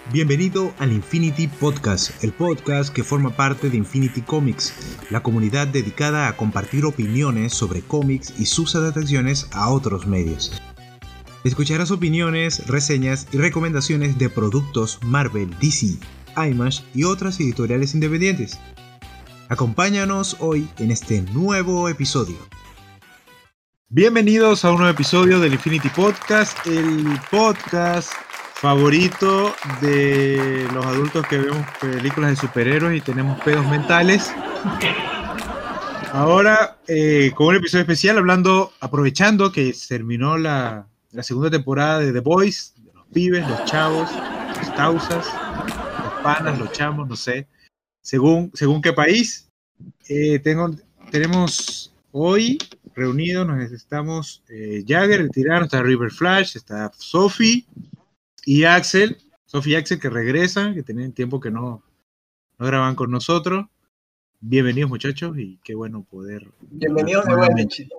Bienvenido al Infinity Podcast, el podcast que forma parte de Infinity Comics, la comunidad dedicada a compartir opiniones sobre cómics y sus adaptaciones a otros medios. Escucharás opiniones, reseñas y recomendaciones de productos Marvel, DC, Image y otras editoriales independientes. Acompáñanos hoy en este nuevo episodio. Bienvenidos a un nuevo episodio del Infinity Podcast, el podcast favorito de los adultos que vemos películas de superhéroes y tenemos pedos mentales. Ahora con un episodio especial aprovechando que terminó la segunda temporada de The Boys, de los pibes, los chavos, los tausas, los panas, los chamos, no sé, según qué país. Tenemos hoy reunidos, estamos Jagger, el tirano, está River Flash, está Sophie y Axel, que regresan, que tenían tiempo que no graban con nosotros. Bienvenidos, muchachos, y qué bueno poder... Bienvenidos de vuelta, chicos.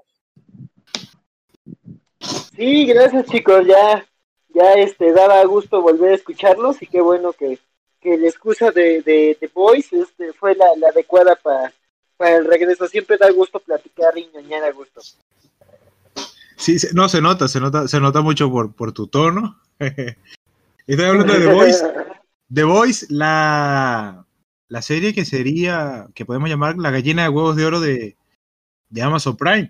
Sí, gracias, chicos, ya daba gusto volver a escucharlos, y qué bueno que la excusa de The Voice fue la adecuada para el regreso. Siempre da gusto platicar y ñoñar a gusto. Sí, no, se nota mucho por tu tono. Estoy hablando de The Voice. The Voice, la serie que podemos llamar la gallina de huevos de oro de Amazon Prime.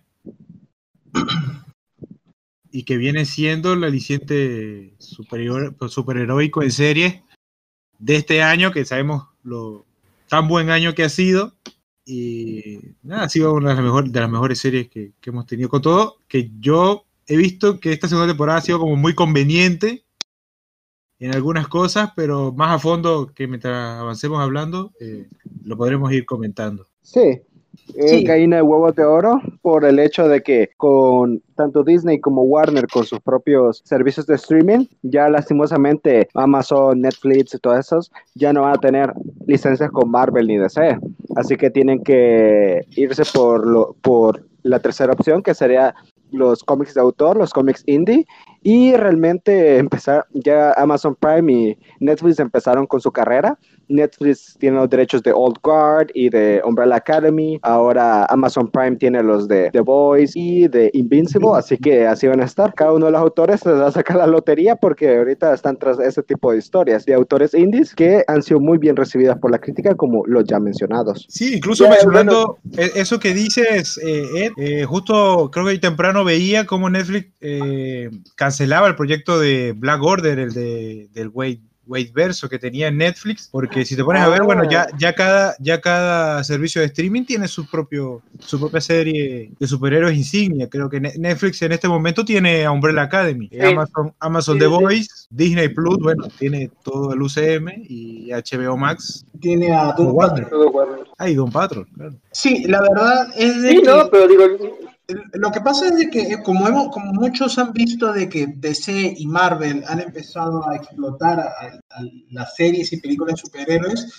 Y que viene siendo el aliciente superheroico en serie de este año, que sabemos lo tan buen año que ha sido. Y nada, ha sido una de las mejores series que hemos tenido. Con todo, que yo he visto que esta segunda temporada ha sido como muy conveniente en algunas cosas, pero más a fondo, que mientras avancemos hablando, lo podremos ir comentando. Sí, gallina de huevos de oro por el hecho de que con tanto Disney como Warner con sus propios servicios de streaming, ya lastimosamente Amazon, Netflix y todos esos ya no van a tener licencias con Marvel ni DC, así que tienen que irse por la tercera opción, que sería los cómics de autor, los cómics indie, y realmente ya Amazon Prime y Netflix empezaron con su carrera. Netflix tiene los derechos de Old Guard y de Umbrella Academy, ahora Amazon Prime tiene los de The Boys y de Invincible, así que así van a estar. Cada uno de los autores se va a sacar la lotería porque ahorita están tras ese tipo de historias de autores indies que han sido muy bien recibidas por la crítica, como los ya mencionados. Sí, incluso mencionando eso que dices, Ed, justo creo que hoy temprano veía cómo Netflix cancelaba el proyecto de Black Order, el del Wade Verso que tenía en Netflix, porque si te pones a ver, bueno, ya cada servicio de streaming tiene su propia serie de superhéroes insignia. Creo que Netflix en este momento tiene a Umbrella Academy, sí. Amazon The Voice, Disney Plus, bueno, tiene todo el UCM, y HBO Max tiene a Doom Patrol. Y Doom Patrol, claro. Sí, la verdad es de que... no, pero digo... Lo que pasa es de que, como muchos han visto de que DC y Marvel han empezado a explotar a las series y películas de superhéroes,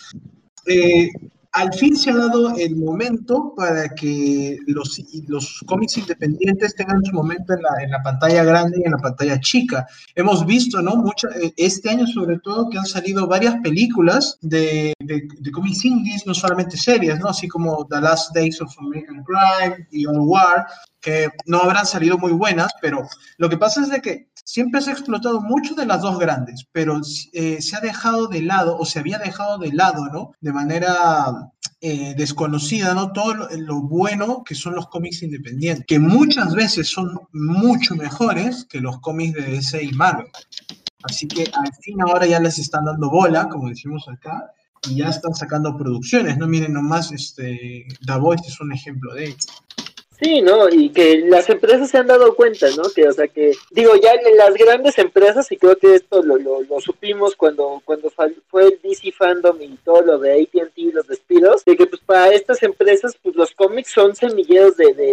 al fin se ha dado el momento para que los cómics independientes tengan su momento en la pantalla grande y en la pantalla chica. Hemos visto, ¿no? Este año sobre todo, que han salido varias películas de cómics indies, no solamente series, ¿no? Así como The Last Days of American Crime y All War, que no habrán salido muy buenas, pero lo que pasa es de que siempre se ha explotado mucho de las dos grandes, pero se ha dejado de lado, o se había dejado de lado, ¿no? De manera desconocida, ¿no? Todo lo bueno que son los cómics independientes, que muchas veces son mucho mejores que los cómics de DC y Marvel. Así que al fin ahora ya les están dando bola, como decimos acá, y ya están sacando producciones, ¿no? Miren nomás, The Voice es un ejemplo de ello. Sí, ¿no? Y que las empresas se han dado cuenta, ¿no? Que, o sea, que, digo, ya en las grandes empresas, y creo que esto lo supimos cuando fue el DC Fandom y todo lo de AT&T y los despidos, de que pues para estas empresas, pues los cómics son semilleros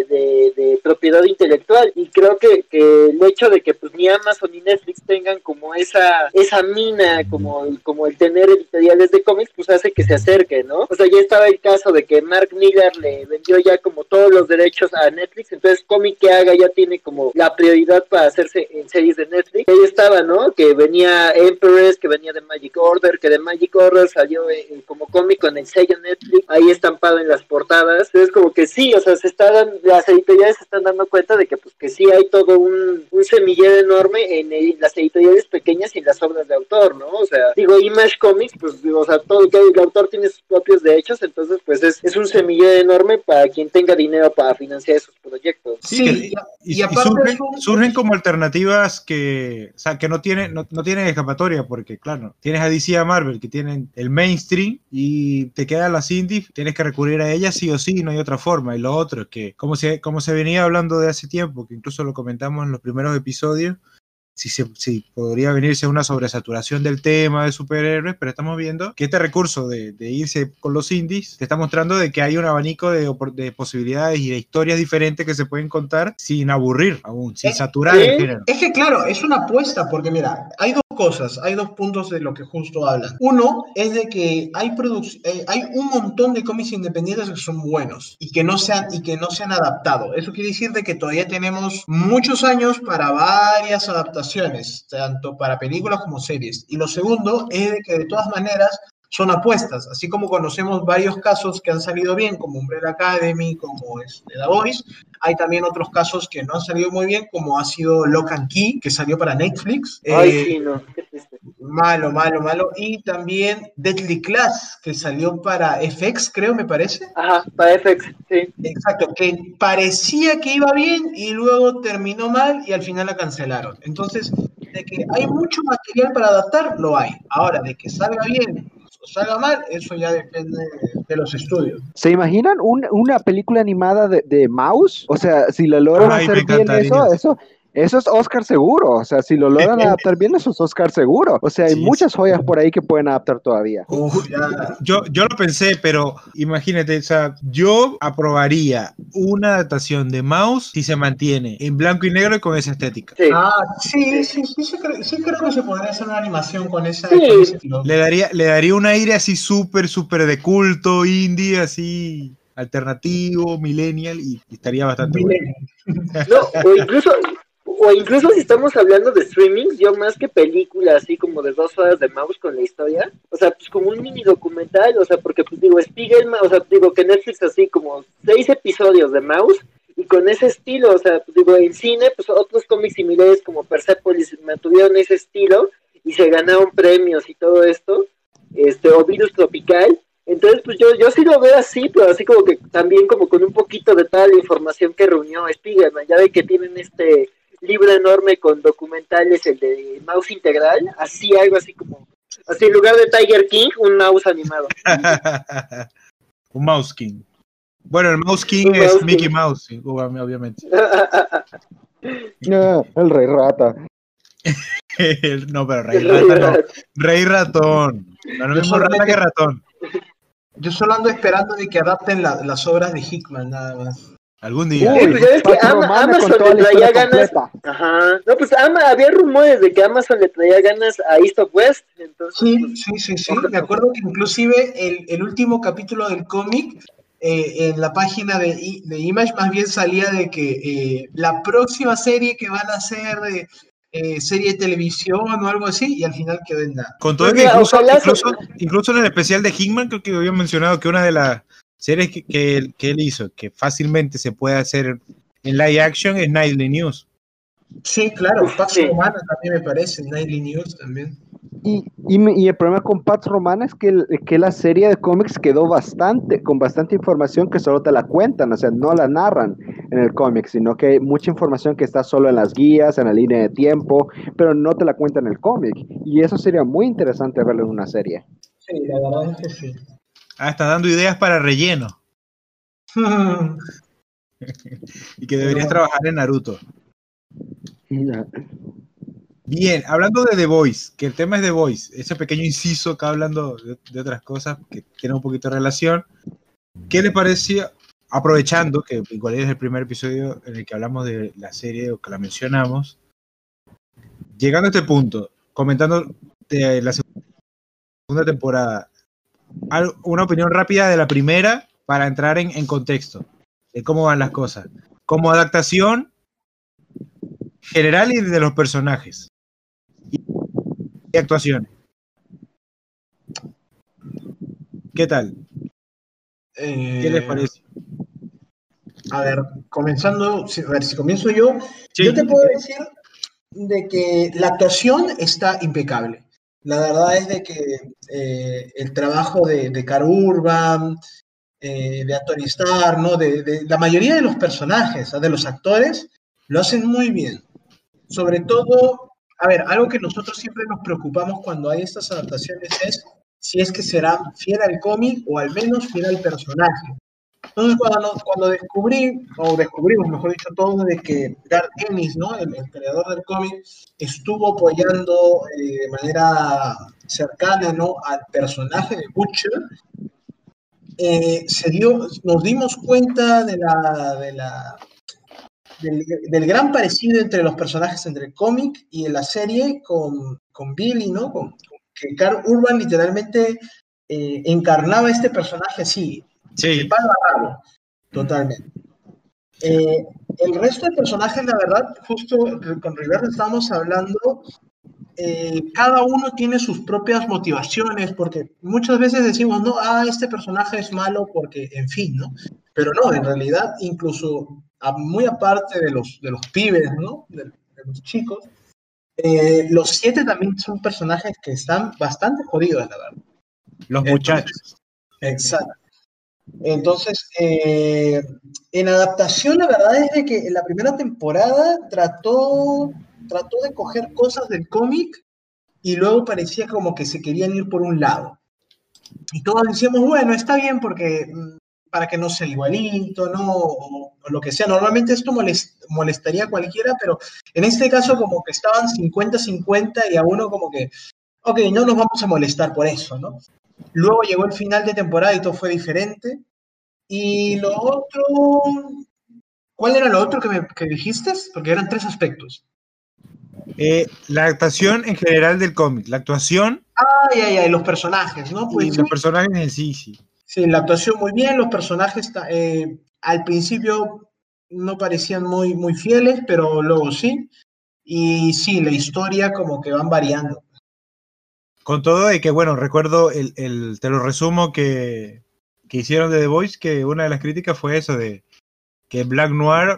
de propiedad intelectual, y creo que el hecho de que pues ni Amazon ni Netflix tengan como esa mina, como el tener editoriales de cómics, pues hace que se acerque, ¿no? O sea, ya estaba el caso de que Mark Millar le vendió ya como todos los derechos a Netflix, entonces cómic que haga ya tiene como la prioridad para hacerse en series de Netflix. Ahí estaba, ¿no? Que venía Empress, que venía de Magic Order, que de Magic Order salió como cómic con el sello Netflix, ahí estampado en las portadas. Entonces como que sí, o sea, las editoriales se están dando cuenta de que pues que sí hay todo un semillero enorme en las editoriales pequeñas y en las obras de autor, ¿no? O sea, digo, Image Comics, pues, o sea, todo el autor tiene sus propios derechos, entonces pues es un semillero enorme para quien tenga dinero para financiar esos proyectos. Sí, y aparte surgen como alternativas que, o sea, que no tienen escapatoria, porque claro, tienes a DC y a Marvel que tienen el mainstream y te quedan las indies, tienes que recurrir a ellas sí o sí, no hay otra forma. Y lo otro es que, como se venía hablando de hace tiempo, que incluso lo comentamos en los primeros episodios, si podría venirse una sobresaturación del tema de superhéroes, pero estamos viendo que este recurso de irse con los indies te está mostrando de que hay un abanico de posibilidades y de historias diferentes que se pueden contar sin aburrir aún, sin saturar el género. Es que claro, es una apuesta, porque mira, hay dos cosas, hay dos puntos de lo que justo hablan. Uno es de que hay un montón de cómics independientes que son buenos y que no se han adaptado. Eso quiere decir de que todavía tenemos muchos años para varias adaptaciones, tanto para películas como series. Y lo segundo es de que de todas maneras son apuestas, así como conocemos varios casos que han salido bien, como Umbrella Academy, como The Boys, hay también otros casos que no han salido muy bien, como ha sido Lock and Key, que salió para Netflix. Ay, sí, no, qué triste. Malo. Y también Deadly Class, que salió para FX, creo, me parece. Ajá, para FX, sí. Exacto, que parecía que iba bien y luego terminó mal y al final la cancelaron. Entonces, de que hay mucho material para adaptar, lo hay. Ahora, de que salga bien o salga mal, eso ya depende de los estudios. ¿Se imaginan una película animada de Mouse? O sea, si lo logran hacer bien eso es Oscar seguro. O sea, si lo logran adaptar bien, eso es Oscar seguro. O sea, hay muchas joyas por ahí que pueden adaptar todavía. Yo lo pensé, pero imagínate, o sea, yo aprobaría una adaptación de Mouse si se mantiene en blanco y negro y con esa estética. Sí. Sí creo que se podría hacer una animación con ese estilo. Le daría un aire así súper de culto, indie, así alternativo, millennial, y estaría bastante bueno. No, o incluso si estamos hablando de streaming, yo más que película así como de 2 horas de Mouse con la historia, o sea, pues como un mini documental, o sea, porque pues digo, Spiegelman, o sea, digo que Netflix así como 6 episodios de Mouse, y con ese estilo, o sea, pues digo, en cine, pues otros cómics similares como Persepolis mantuvieron ese estilo, y se ganaron premios y todo esto, o Virus Tropical. Entonces, pues yo sí lo veo así, pero así como que también como con un poquito de toda la información que reunió Spiegelman. Ya ve que tienen este libro enorme con documentales, el de Mouse Integral, así algo así como, así en lugar de Tiger King, un mouse animado. Un Mouse King. Bueno, el Mouse King es Mickey Mouse, obviamente. No, el Rey Rata. No, pero Rey Rata no. Rey Ratón. No es mismo rata que ratón. Yo solo ando esperando de que adapten las obras de Hickman, nada más. Algún día. Pues ya ves que Amazon le traía ganas. Ajá. No, pues había rumores de que Amazon le traía ganas a East of West. Entonces, sí. Me acuerdo que inclusive el último capítulo del cómic, en la página de Image, más bien salía de que la próxima serie que van a hacer serie de televisión o algo así, y al final quedó en nada. Con todo que incluso en el especial de Hickman, creo que había mencionado que una de las series que él hizo, que fácilmente se puede hacer en live action, es Nightly News. Sí, claro, Pax Romana también me parece, Nightly News también. Y el problema con Pax Romana es que la serie de cómics quedó con bastante información que solo te la cuentan, o sea, no la narran en el cómic, sino que hay mucha información que está solo en las guías, en la línea de tiempo, pero no te la cuentan en el cómic, y eso sería muy interesante verlo en una serie. Sí, la verdad es que sí. Está dando ideas para relleno. Y que deberías trabajar en Naruto. Bien, hablando de The Voice, que el tema es The Voice, ese pequeño inciso acá hablando de otras cosas que tienen un poquito de relación. ¿Qué les parecía? Aprovechando que igual es el primer episodio en el que hablamos de la serie o que la mencionamos, llegando a este punto, comentando de la segunda temporada, una opinión rápida de la primera para entrar en contexto de cómo van las cosas, como adaptación general y de los personajes y actuaciones. ¿Qué tal? ¿Qué les parece? A ver, comenzando, a ver, si comienzo yo, Sí. yo te puedo decir de que la actuación está impecable. La verdad es de que el trabajo de Karl Urban, de Anthony Starr, ¿no? de la mayoría de los personajes, de los actores, lo hacen muy bien. Sobre todo, a ver, algo que nosotros siempre nos preocupamos cuando hay estas adaptaciones es si es que será fiel al cómic o al menos fiel al personaje. Entonces, cuando descubrimos, mejor dicho, todo de que Garth Ennis, ¿no? el creador del cómic, estuvo apoyando de manera cercana, ¿no? al personaje de Butcher, nos dimos cuenta del gran parecido entre los personajes, entre el cómic y en la serie con Billy, ¿no? Que Karl Urban literalmente encarnaba este personaje así, Sí. de palo a palo, totalmente. El resto de personajes, la verdad, justo con River estábamos hablando, cada uno tiene sus propias motivaciones, porque muchas veces decimos, no, este personaje es malo porque, en fin, ¿no? Pero no, en realidad, incluso muy aparte de los pibes, ¿no? De los chicos, los 7 también son personajes que están bastante jodidos, la verdad. Los muchachos. Exacto. Entonces, en adaptación, la verdad es de que en la primera temporada trató de coger cosas del cómic y luego parecía como que se querían ir por un lado. Y todos decíamos, bueno, está bien porque para que no sea igualito, ¿no? O lo que sea. Normalmente esto molestaría a cualquiera, pero en este caso como que estaban 50-50 y a uno como que, ok, no nos vamos a molestar por eso, ¿no? Luego llegó el final de temporada y todo fue diferente. Y lo otro, ¿cuál era lo otro que dijiste? Porque eran 3 aspectos. La actuación en general del cómic, la actuación Y los personajes, ¿no? Pues y sí. los personajes en sí. Sí, la actuación muy bien, los personajes al principio no parecían muy fieles, pero luego sí. Y sí, la historia como que van variando. Con todo de que, bueno, recuerdo, te lo resumo que hicieron de The Voice, que una de las críticas fue eso, de que Black Noir,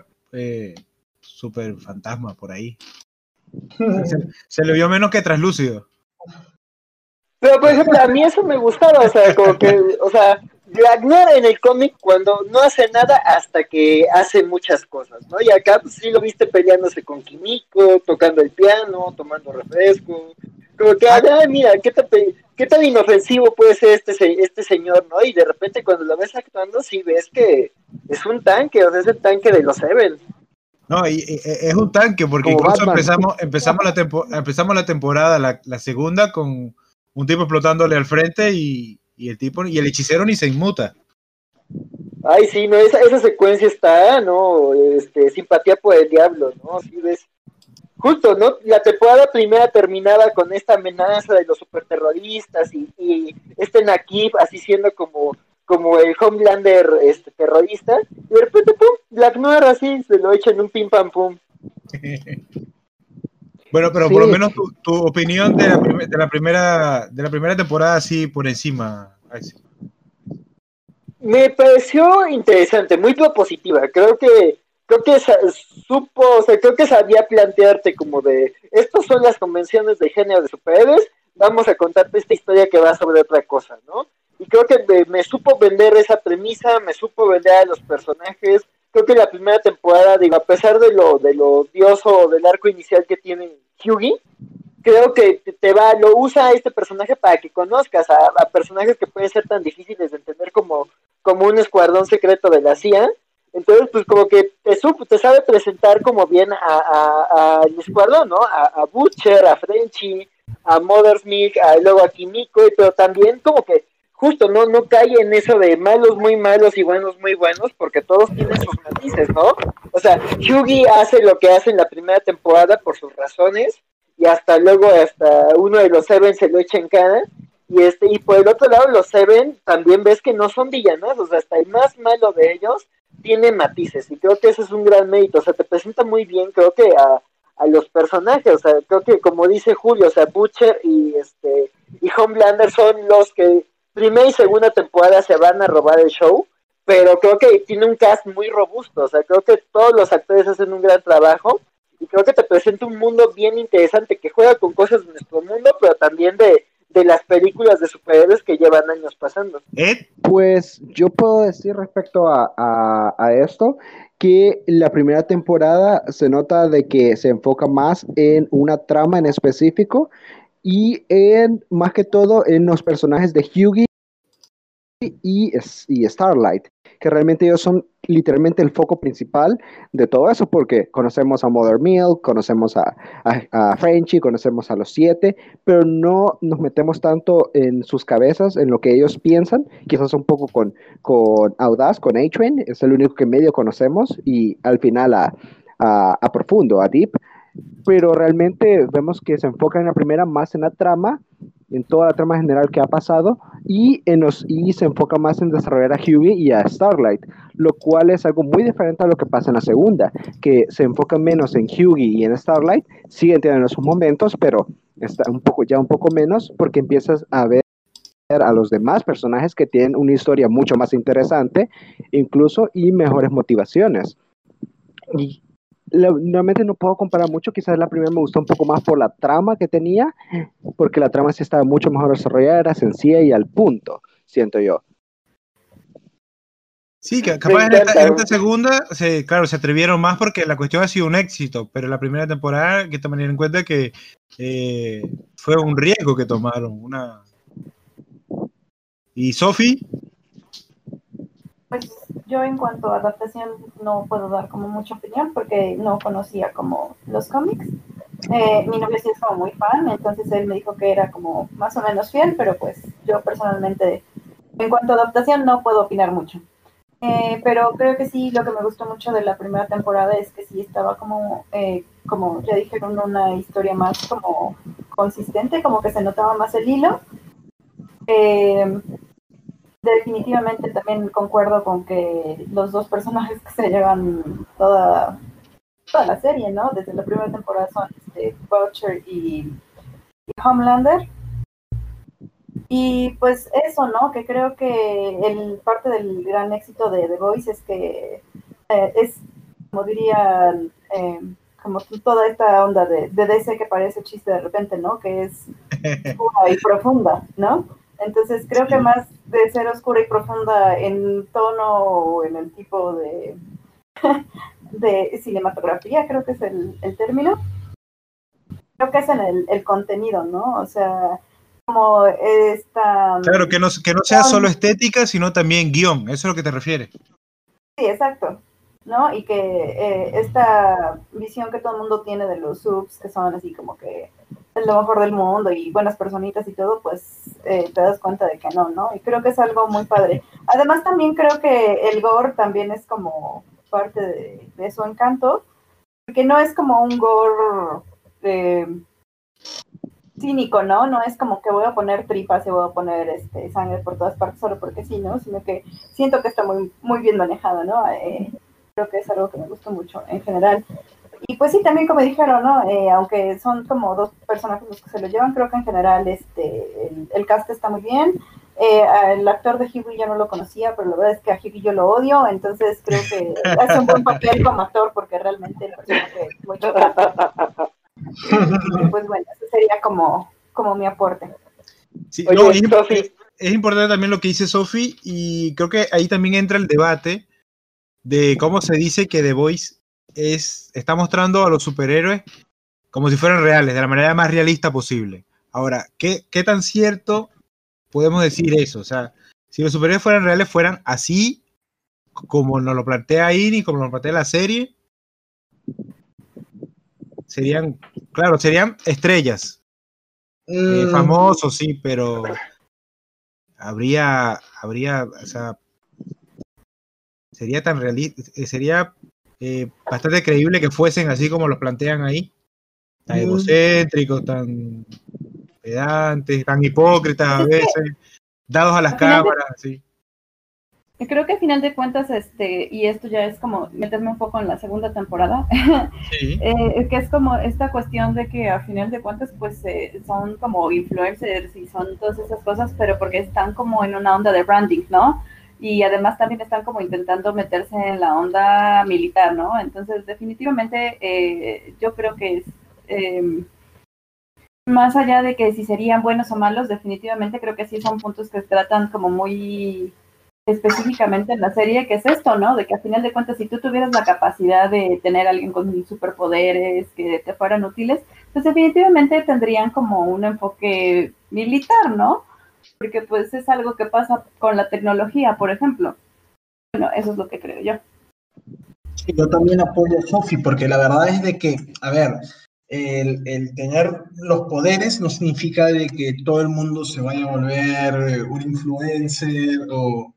súper fantasma por ahí. Se le vio menos que traslúcido. Pero, por ejemplo, a mí eso me gustaba, o sea, como que, o sea, Black Noir en el cómic cuando no hace nada hasta que hace muchas cosas, ¿no? Y acá pues, sí lo viste peleándose con Kimiko, tocando el piano, tomando refresco, como que, ay, mira, qué tan inofensivo puede ser este señor, ¿no? Y de repente cuando lo ves actuando, sí ves que es un tanque, o sea, es el tanque de los Seven. No, y es un tanque, porque Como incluso Batman. empezamos la temporada, la segunda, con un tipo explotándole al frente y el hechicero ni se inmuta. Ay, sí, no, esa secuencia está, ¿no? Simpatía por el diablo, ¿no? Sí, ves. Justo, ¿no? La temporada primera terminaba con esta amenaza de los superterroristas y Nakib así siendo como el Homelander terrorista, y de repente, pum, Black Noir así, se lo echan un pim pam pum. Bueno, pero Sí. por lo menos tu opinión de la primera temporada así por encima. Me pareció interesante, muy propositiva. Creo que creo que sabía plantearte como de, estas son las convenciones de género de superhéroes, vamos a contarte esta historia que va sobre otra cosa, ¿no? Y creo que me supo vender esa premisa, me supo vender a los personajes. Creo que la primera temporada, digo, a pesar de lo odioso del arco inicial que tiene Hughie, creo que lo usa este personaje para que conozcas a personajes que pueden ser tan difíciles de entender como un escuadrón secreto de la CIA. Entonces, pues como que te sabe presentar como bien al escuadrón, ¿no? A Butcher, a Frenchy, a Mother's Milk, luego a Kimiko, pero también como que justo no cae en eso de malos muy malos y buenos muy buenos, porque todos tienen sus matices, ¿no? O sea, Hyugi hace lo que hace en la primera temporada por sus razones, y hasta luego hasta uno de los Seven se lo echa en cara, y por el otro lado los Seven también ves que no son villanos, o sea, hasta el más malo de ellos tiene matices, y creo que ese es un gran mérito, o sea, te presenta muy bien, creo que a los personajes, o sea, creo que como dice Julio, o sea, Butcher y Homelander son los que primera y segunda temporada se van a robar el show, pero creo que tiene un cast muy robusto, o sea, creo que todos los actores hacen un gran trabajo, y creo que te presenta un mundo bien interesante que juega con cosas de nuestro mundo, pero también de las películas de superhéroes que llevan años pasando. Pues yo puedo decir respecto a esto que la primera temporada se nota de que se enfoca más en una trama en específico y en más que todo en los personajes de Hughie y Starlight, que realmente ellos son literalmente el foco principal de todo eso, porque conocemos a Mother Milk, conocemos a Frenchie, conocemos a los siete, pero no nos metemos tanto en sus cabezas, en lo que ellos piensan, quizás un poco con Audaz, con A-Train, es el único que medio conocemos, y al final a Profundo, a Deep, pero realmente vemos que se enfoca en la primera más en la trama, en toda la trama general que ha pasado, y se enfoca más en desarrollar a Hughie y a Starlight, lo cual es algo muy diferente a lo que pasa en la segunda, que se enfoca menos en Hughie y en Starlight, siguen teniendo sus momentos, pero está ya un poco menos, porque empiezas a ver a los demás personajes que tienen una historia mucho más interesante, incluso, y mejores motivaciones. Y normalmente no puedo comparar mucho, quizás la primera me gustó un poco más por la trama que tenía, porque la trama sí estaba mucho mejor desarrollada, era sencilla y al punto, siento yo. Sí, que capaz en esta segunda, claro, se atrevieron más porque la cuestión ha sido un éxito, pero la primera temporada hay que tener en cuenta que fue un riesgo que tomaron. ¿Y Sophie? Pues yo en cuanto a adaptación no puedo dar como mucha opinión porque no conocía como los cómics. Mi novio sí es como muy fan, entonces él me dijo que era como más o menos fiel, pero pues yo personalmente en cuanto a adaptación no puedo opinar mucho. Pero creo que sí, lo que me gustó mucho de la primera temporada es que sí estaba como ya dijeron, una historia más como consistente, como que se notaba más el hilo. Definitivamente también concuerdo con que los dos personajes que se llevan toda la serie, ¿no? Desde la primera temporada son Butcher y Homelander. Y pues eso, ¿no? Que creo que parte del gran éxito de The Voice es que es, como diría, como toda esta onda de DC que parece chiste de repente, ¿no? Que es oscura y profunda, ¿no? Entonces creo que más de ser oscura y profunda en tono o en el tipo de cinematografía, creo que es el término, creo que es en el contenido, ¿no? O sea, como esta... Claro, que no sea solo estética, sino también guión, eso es a lo que te refieres. Sí, exacto, ¿no? Y que esta visión que todo el mundo tiene de los subs, que son así como que es lo mejor del mundo y buenas personitas y todo, pues te das cuenta de que no, y creo que es algo muy padre. Además también creo que el gore también es como parte de su encanto, porque no es como un gore cínico, ¿no? No es como que voy a poner tripas y voy a poner sangre por todas partes solo porque sí, ¿no? Sino que siento que está muy, muy bien manejado, ¿no? Creo que es algo que me gustó mucho en general. Y pues sí, también como dijeron, ¿no? Aunque son como dos personajes los que se lo llevan, creo que en general el cast está muy bien. El actor de Hughie yo no lo conocía, pero la verdad es que a Hughie yo lo odio, entonces creo que hace un buen papel como actor porque realmente el personaje es muy chocante. Y pues bueno, eso sería como mi aporte. Sí, oye, no, es importante también lo que dice Sophie, y creo que ahí también entra el debate de cómo se dice que The Voice está mostrando a los superhéroes como si fueran reales, de la manera más realista posible. Ahora, ¿qué tan cierto podemos decir eso? O sea, si los superhéroes fueran reales, fueran así como nos lo plantea Iri, como nos lo plantea la serie, serían estrellas, famosos, sí, pero habría, o sea, sería tan realista, sería bastante creíble que fuesen así como los plantean ahí, tan egocéntricos, tan pedantes, tan hipócritas a veces, dados a las cámaras, así. Creo que al final de cuentas, y esto ya es como meterme un poco en la segunda temporada, Sí. Que es como esta cuestión de que al final de cuentas, pues son como influencers y son todas esas cosas, pero porque están como en una onda de branding, ¿no? Y además también están como intentando meterse en la onda militar, ¿no? Entonces, definitivamente, yo creo que es... más allá de que si serían buenos o malos, definitivamente creo que sí son puntos que tratan como muy específicamente en la serie, que es esto, ¿no? De que al final de cuentas, si tú tuvieras la capacidad de tener a alguien con superpoderes que te fueran útiles, pues definitivamente tendrían como un enfoque militar, ¿no? Porque pues es algo que pasa con la tecnología, por ejemplo. Bueno, eso es lo que creo yo. Sí, yo también apoyo a Sophie, porque la verdad es de que, a ver, el tener los poderes no significa de que todo el mundo se vaya a volver un influencer o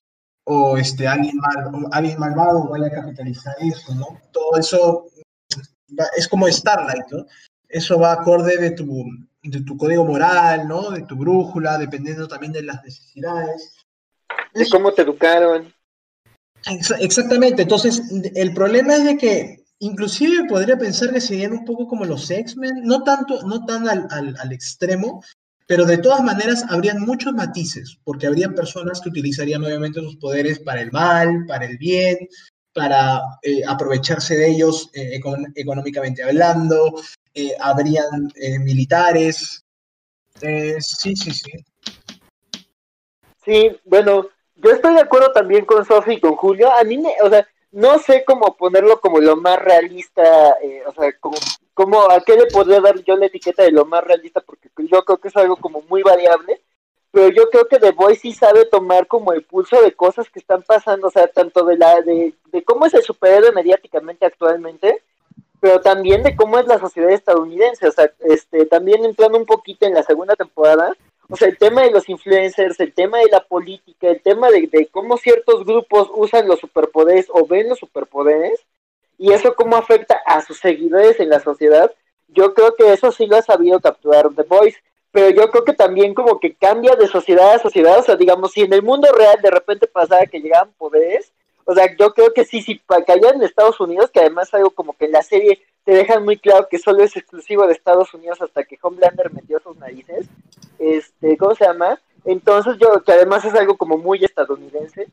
alguien malvado vaya a capitalizar eso, ¿no? Todo eso es como Starlight, ¿no? Eso va acorde de tu código moral, ¿no? De tu brújula, dependiendo también de las necesidades. De cómo te educaron. Exactamente, entonces el problema es de que inclusive podría pensar que serían un poco como los X-Men, no tan al extremo, pero de todas maneras habrían muchos matices, porque habrían personas que utilizarían obviamente sus poderes para el mal, para el bien, para aprovecharse de ellos económicamente hablando, habrían militares. Sí. Sí, bueno, yo estoy de acuerdo también con Sophie y con Julio. A mí, o sea, no sé cómo ponerlo como lo más realista, o sea, como a qué le podría dar yo la etiqueta de lo más realista, porque yo creo que es algo como muy variable, pero yo creo que The Voice sí sabe tomar como el pulso de cosas que están pasando, o sea, tanto de cómo es el superhéroe mediáticamente actualmente, pero también de cómo es la sociedad estadounidense, o sea, también entrando un poquito en la segunda temporada, o sea, el tema de los influencers, el tema de la política, el tema de cómo ciertos grupos usan los superpoderes o ven los superpoderes, y eso cómo afecta a sus seguidores en la sociedad, yo creo que eso sí lo ha sabido capturar The Voice, pero yo creo que también como que cambia de sociedad a sociedad, o sea, digamos, si en el mundo real de repente pasara que llegaban poderes, o sea, yo creo que sí, caían en Estados Unidos, que además algo como que en la serie te dejan muy claro que solo es exclusivo de Estados Unidos hasta que Homelander metió sus narices, ¿cómo se llama? Entonces yo, que además es algo como muy estadounidense,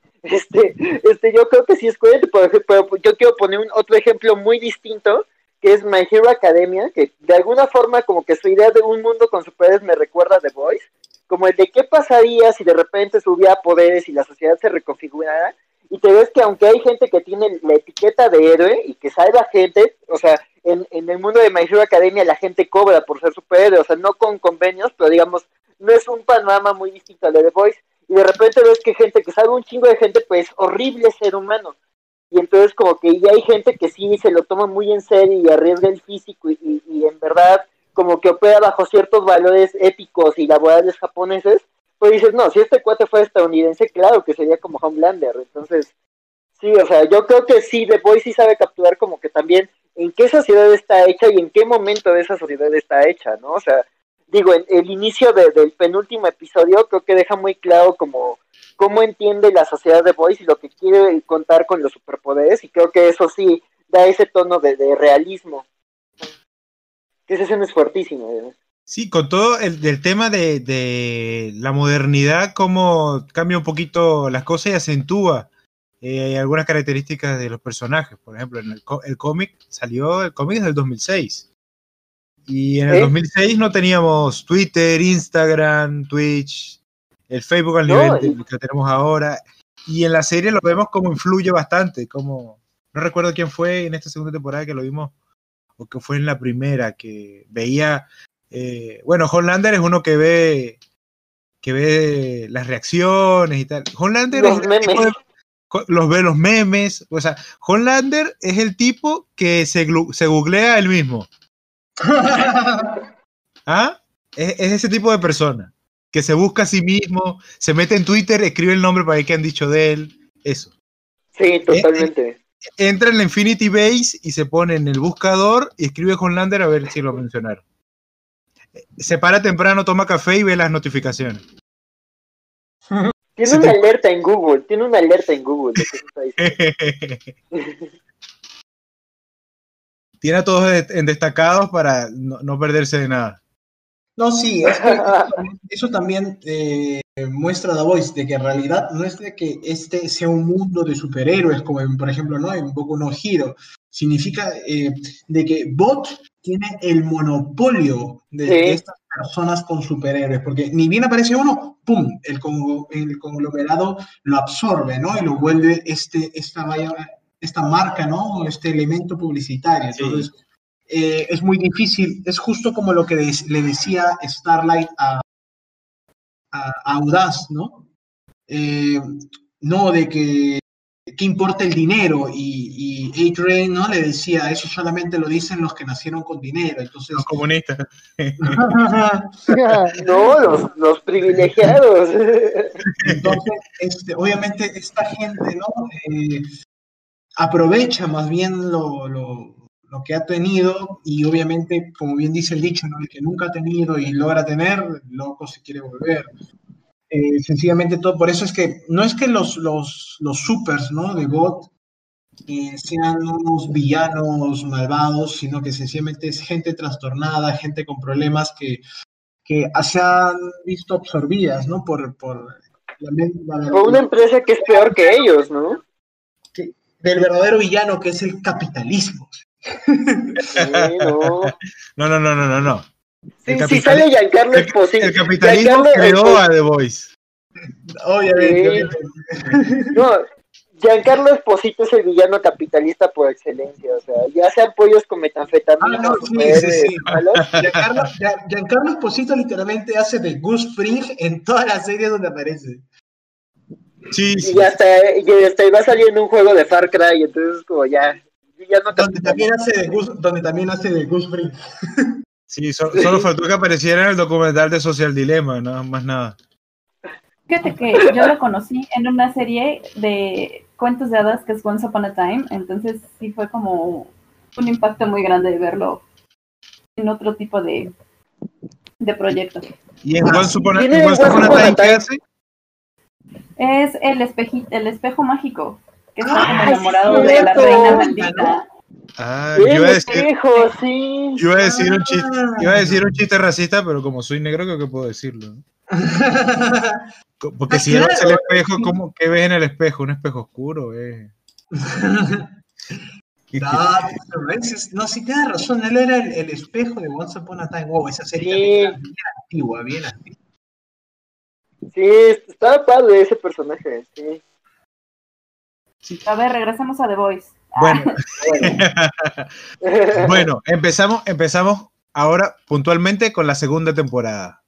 yo creo que sí es coherente, por ejemplo, pero yo quiero poner otro ejemplo muy distinto, que es My Hero Academia, que de alguna forma como que su idea de un mundo con superhéroes me recuerda a The Voice, como el de qué pasaría si de repente subiera poderes y la sociedad se reconfigurara, y te ves que aunque hay gente que tiene la etiqueta de héroe y que salva gente, o sea, en el mundo de My Hero Academia la gente cobra por ser superhéroe, o sea, no con convenios, pero digamos, no es un panorama muy distinto al de The Voice, y de repente ves que gente que salva un chingo de gente, pues horrible ser humano, y entonces como que ya hay gente que sí se lo toma muy en serio y arriesga el físico y en verdad como que opera bajo ciertos valores éticos y laborales japoneses, pues dices, no, si este cuate fuera estadounidense, claro que sería como Homelander. Entonces, sí, o sea, yo creo que sí, The Boys sí sabe capturar como que también en qué sociedad está hecha y en qué momento de esa sociedad está hecha, ¿no? O sea, digo, el inicio del penúltimo episodio creo que deja muy claro como cómo entiende la sociedad de Boys y lo que quiere contar con los superpoderes, y creo que eso sí da ese tono de realismo. Que esa escena es fuertísima, ¿no? Sí, con todo el tema de la modernidad, cómo cambia un poquito las cosas y acentúa algunas características de los personajes. Por ejemplo, en el cómic es del 2006. Y en el 2006 no teníamos Twitter, Instagram, Twitch, el Facebook al nivel que tenemos ahora. Y en la serie lo vemos como influye bastante. No recuerdo quién fue en esta segunda temporada que lo vimos, o que fue en la primera, que veía... bueno, Homelander es uno que ve las reacciones y tal. Homelander los memes. Ve los memes. O sea, Homelander es el tipo que se googlea él mismo. ¿Ah? Es ese tipo de persona. que se busca a sí mismo, se mete en Twitter, escribe el nombre para ver qué han dicho de él, eso. Sí, totalmente. Entra en la Infinity Base y se pone en el buscador y escribe Homelander a ver si lo mencionaron. Se para temprano, toma café y ve las notificaciones. Tiene una alerta en Google de que se está diciendo. Tiene a todos en destacados para no perderse de nada. No, sí, es que eso también muestra The Voice, de que en realidad no es de que este sea un mundo de superhéroes, como por ejemplo, ¿no? En Boku no Hero. Significa de que Bot tiene el monopolio de estas personas con superhéroes, porque ni bien aparece uno, ¡pum! El conglomerado lo absorbe, ¿no? Y lo vuelve esta marca, ¿no? Este elemento publicitario. Entonces, sí. Es muy difícil, es justo como lo que le decía Starlight a Audaz, ¿no? No, de que importa el dinero, y A-Train, ¿no? Le decía, eso solamente lo dicen los que nacieron con dinero, entonces... Los comunistas. No, los privilegiados. Entonces, obviamente, esta gente, ¿no? Aprovecha más bien lo que ha tenido, y obviamente, como bien dice el dicho, ¿no? El que nunca ha tenido y logra tener, loco se quiere volver. Sencillamente todo, por eso es que no es que los supers, ¿no? De God sean unos villanos malvados, sino que sencillamente es gente trastornada, gente con problemas que se han visto absorbidas, ¿no? Por una empresa que es peor que ellos, ¿no? Del verdadero villano, que es el capitalismo. No. Si sale Giancarlo Esposito. El capitalismo creó a The Voice. Obviamente. No, Giancarlo Esposito es el villano capitalista por excelencia. O sea, ya sean pollos con metanfetamina. Sí. Giancarlo Esposito literalmente hace de Gus Fring en todas las series donde aparece. Sí. Y hasta va a salir en un juego de Far Cry, entonces como ya no. Donde también hace de Gus Fring. Sí, solo faltó que apareciera en el documental de Social Dilemma, no más nada. Fíjate que yo lo conocí en una serie de cuentos de hadas que es Once Upon a Time, entonces sí fue como un impacto muy grande de verlo en otro tipo de proyecto. ¿Y en Once Upon a Time qué hace? Es el espejo mágico, que es como enamorado de la reina maldita. Yo iba a decir un chiste racista, pero como soy negro creo que puedo decirlo, ¿no? Porque si no es el espejo, ¿qué ves en el espejo? Un espejo oscuro, No, sí tienes razón, él era el espejo de Once Upon a Time. Wow, esa serie era bien antigua, Sí, estaba padre ese personaje, sí. A ver, regresemos a The Voice. Bueno, empezamos ahora puntualmente con la segunda temporada.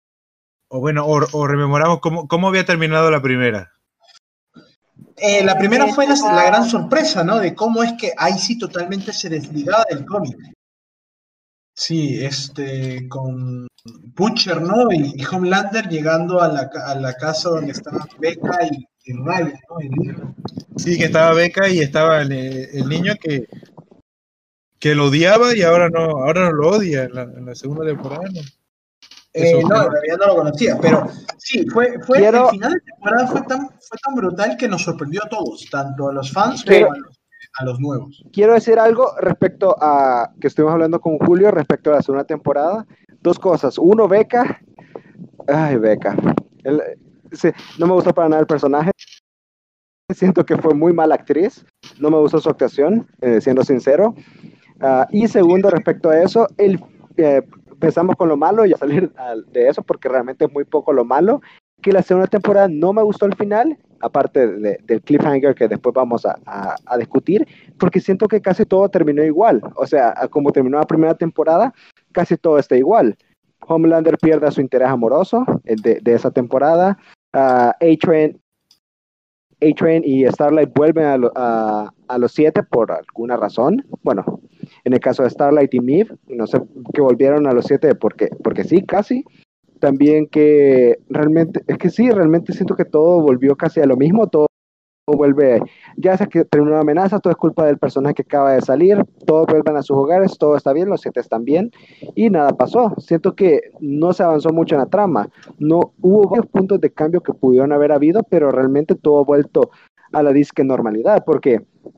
O rememoramos cómo había terminado la primera. La primera fue la gran sorpresa, ¿no? De cómo es que ahí sí totalmente se desligaba del cómic. Sí, con Butcher, ¿no? Y Homelander llegando a la casa donde estaban Becca y Ryan, ¿no? Sí, que estaba Becca y estaba el niño que lo odiaba y ahora no lo odia en la segunda temporada, ¿no? En realidad no lo conocía, pero sí, el final de temporada fue tan brutal que nos sorprendió a todos, tanto a los fans como a los nuevos. Quiero decir algo respecto a que estuvimos hablando con Julio respecto a la segunda temporada. Dos cosas. Uno, Becca. Ay, Becca. No me gustó para nada el personaje. Siento que fue muy mala actriz. No me gustó su actuación, siendo sincero. Y segundo, respecto a eso, empezamos con lo malo y a salir de eso porque realmente es muy poco lo malo. Que la segunda temporada no me gustó el final, aparte del cliffhanger que después vamos a discutir, porque siento que casi todo terminó igual. O sea, como terminó la primera temporada, casi todo está igual. Homelander pierde su interés amoroso de esa temporada. A-Train y Starlight vuelven a los 7 por alguna razón. Bueno, en el caso de Starlight y Miv, no sé, que volvieron a los 7 porque sí, casi. También que realmente, es que sí, realmente siento que todo volvió casi a lo mismo, todo vuelve, ya sea que terminó la amenaza, todo es culpa del personaje que acaba de salir, todos vuelven a sus hogares, todo está bien, los 7 están bien, y nada pasó. Siento que no se avanzó mucho en la trama, no hubo varios puntos de cambio que pudieron haber habido, pero realmente todo ha vuelto a la disque normalidad, porque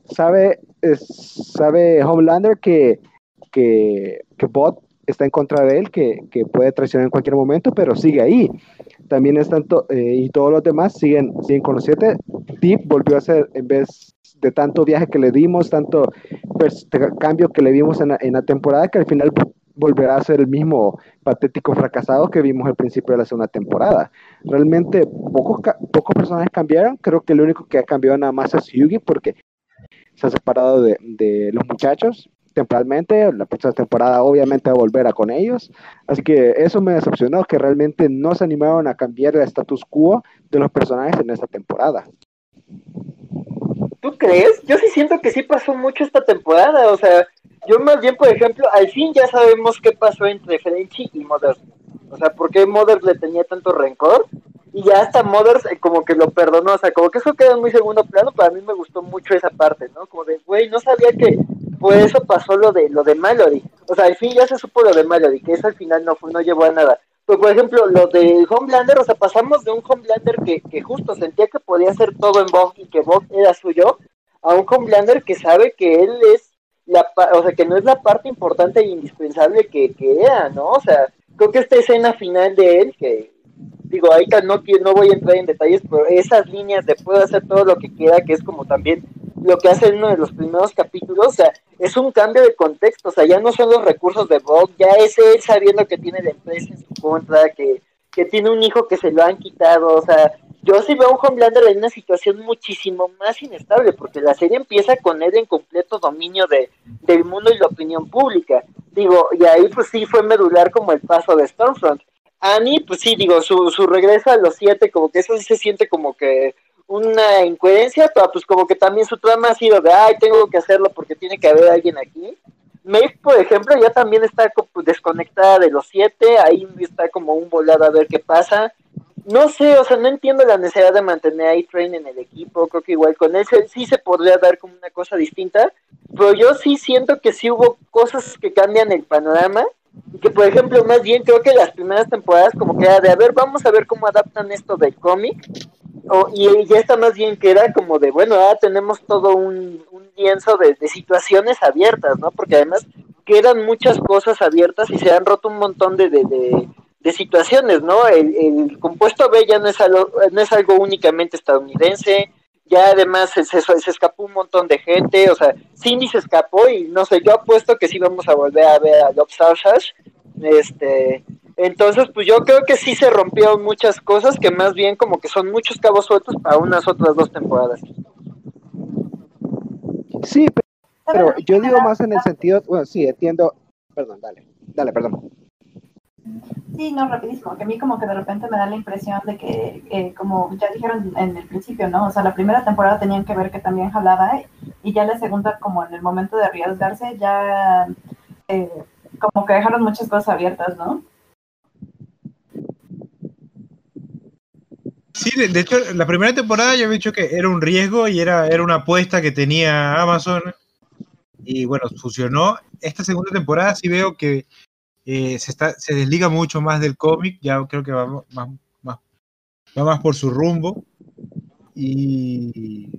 sabe Homelander que Bot está en contra de él, que puede traicionar en cualquier momento, pero sigue ahí. También están y todos los demás siguen con los 7. Deep volvió a ser, en vez de tanto viaje que le dimos, tanto cambio que le vimos en la temporada, que al final volverá a ser el mismo patético fracasado que vimos al principio de la segunda temporada. Realmente pocos personajes cambiaron, creo que el único que ha cambiado nada más es Yugi, porque se ha separado de los muchachos temporalmente. La próxima temporada obviamente va a volver a con ellos, así que eso me decepcionó, que realmente no se animaron a cambiar el status quo de los personajes en esta temporada. ¿Tú crees? Yo sí siento que sí pasó mucho esta temporada, o sea, yo más bien, por ejemplo, al fin ya sabemos qué pasó entre Frenchy y Mothers, o sea, por qué Mothers le tenía tanto rencor, y ya hasta Mothers como que lo perdonó, o sea, como que eso queda en muy segundo plano. Para mí me gustó mucho esa parte, ¿no? Como de, güey, no sabía que por eso pasó lo de Mallory, o sea, al fin ya se supo lo de Mallory, que eso al final no llevó a nada. Pues por ejemplo, lo de Homelander, o sea, pasamos de un Homelander que justo sentía que podía hacer todo en Vogue y que Vogue era suyo, a un Homelander que sabe que él es o sea, que no es la parte importante e indispensable que era, ¿no? O sea, creo que esta escena final de él, que digo, ahí no voy a entrar en detalles, pero esas líneas de puede hacer todo lo que quiera, que es como también lo que hace en uno de los primeros capítulos, o sea, es un cambio de contexto, o sea, ya no son los recursos de Bob, ya es él sabiendo que tiene la empresa en su contra, que tiene un hijo que se lo han quitado, o sea, yo sí veo a un Homelander en una situación muchísimo más inestable, porque la serie empieza con él en completo dominio del mundo y la opinión pública, digo, y ahí pues sí fue medular como el paso de Stormfront. Annie, pues sí, digo, su regreso a los 7, como que eso sí se siente como que una incoherencia, pero pues como que también su trama ha sido de, ay, tengo que hacerlo porque tiene que haber alguien aquí. Maeve, por ejemplo, ya también está desconectada de los 7, ahí está como un volado a ver qué pasa. No sé, o sea, no entiendo la necesidad de mantener a A-Train en el equipo, creo que igual con él sí se podría dar como una cosa distinta, pero yo sí siento que sí hubo cosas que cambian el panorama, y que por ejemplo, más bien creo que las primeras temporadas como que era de, a ver, vamos a ver cómo adaptan esto del cómic, y ya está más bien que era como de, bueno, ahora tenemos todo un lienzo de situaciones abiertas, ¿no? Porque además quedan muchas cosas abiertas y se han roto un montón de situaciones, ¿no? El compuesto B ya no es algo únicamente estadounidense, ya además se escapó un montón de gente, o sea, Cindy se escapó y no sé, yo apuesto que sí vamos a volver a ver a Love Sarsas, entonces pues yo creo que sí se rompieron muchas cosas que más bien como que son muchos cabos sueltos para unas otras 2 temporadas. Sí, pero yo digo más en el sentido, bueno, sí, entiendo, perdón, dale, perdón. Sí, no, rapidísimo, que a mí como que de repente me da la impresión de que, como ya dijeron en el principio, ¿no? O sea, la primera temporada tenían que ver que también jalaba, y ya la segunda, como en el momento de arriesgarse, ya como que dejaron muchas cosas abiertas, ¿no? Sí, de hecho, la primera temporada yo había dicho que era un riesgo y era una apuesta que tenía Amazon, y bueno, funcionó. Esta segunda temporada sí veo que se desliga mucho más del cómic, ya creo que va más por su rumbo, y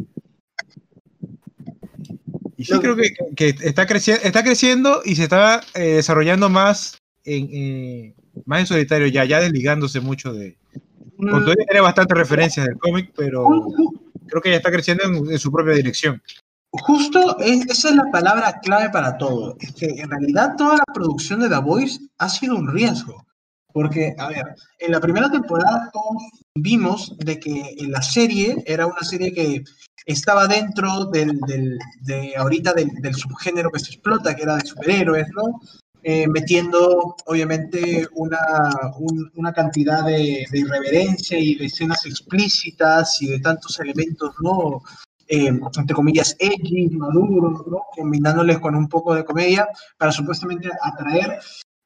sí creo que está creciendo y se está desarrollando más en solitario, ya desligándose mucho de... Con todo tiene bastantes referencias del cómic, pero creo que ya está creciendo en su propia dirección. Justo esa es la palabra clave para todo. Es que en realidad toda la producción de The Voice ha sido un riesgo. Porque, a ver, en la primera temporada todos vimos de que en la serie era una serie que estaba dentro ahorita del subgénero que se explota, que era de superhéroes, ¿no? Metiendo, obviamente, una cantidad de irreverencia y de escenas explícitas y de tantos elementos, ¿no? Entre comillas, edgy, maduros, ¿no? Combinándoles con un poco de comedia para supuestamente atraer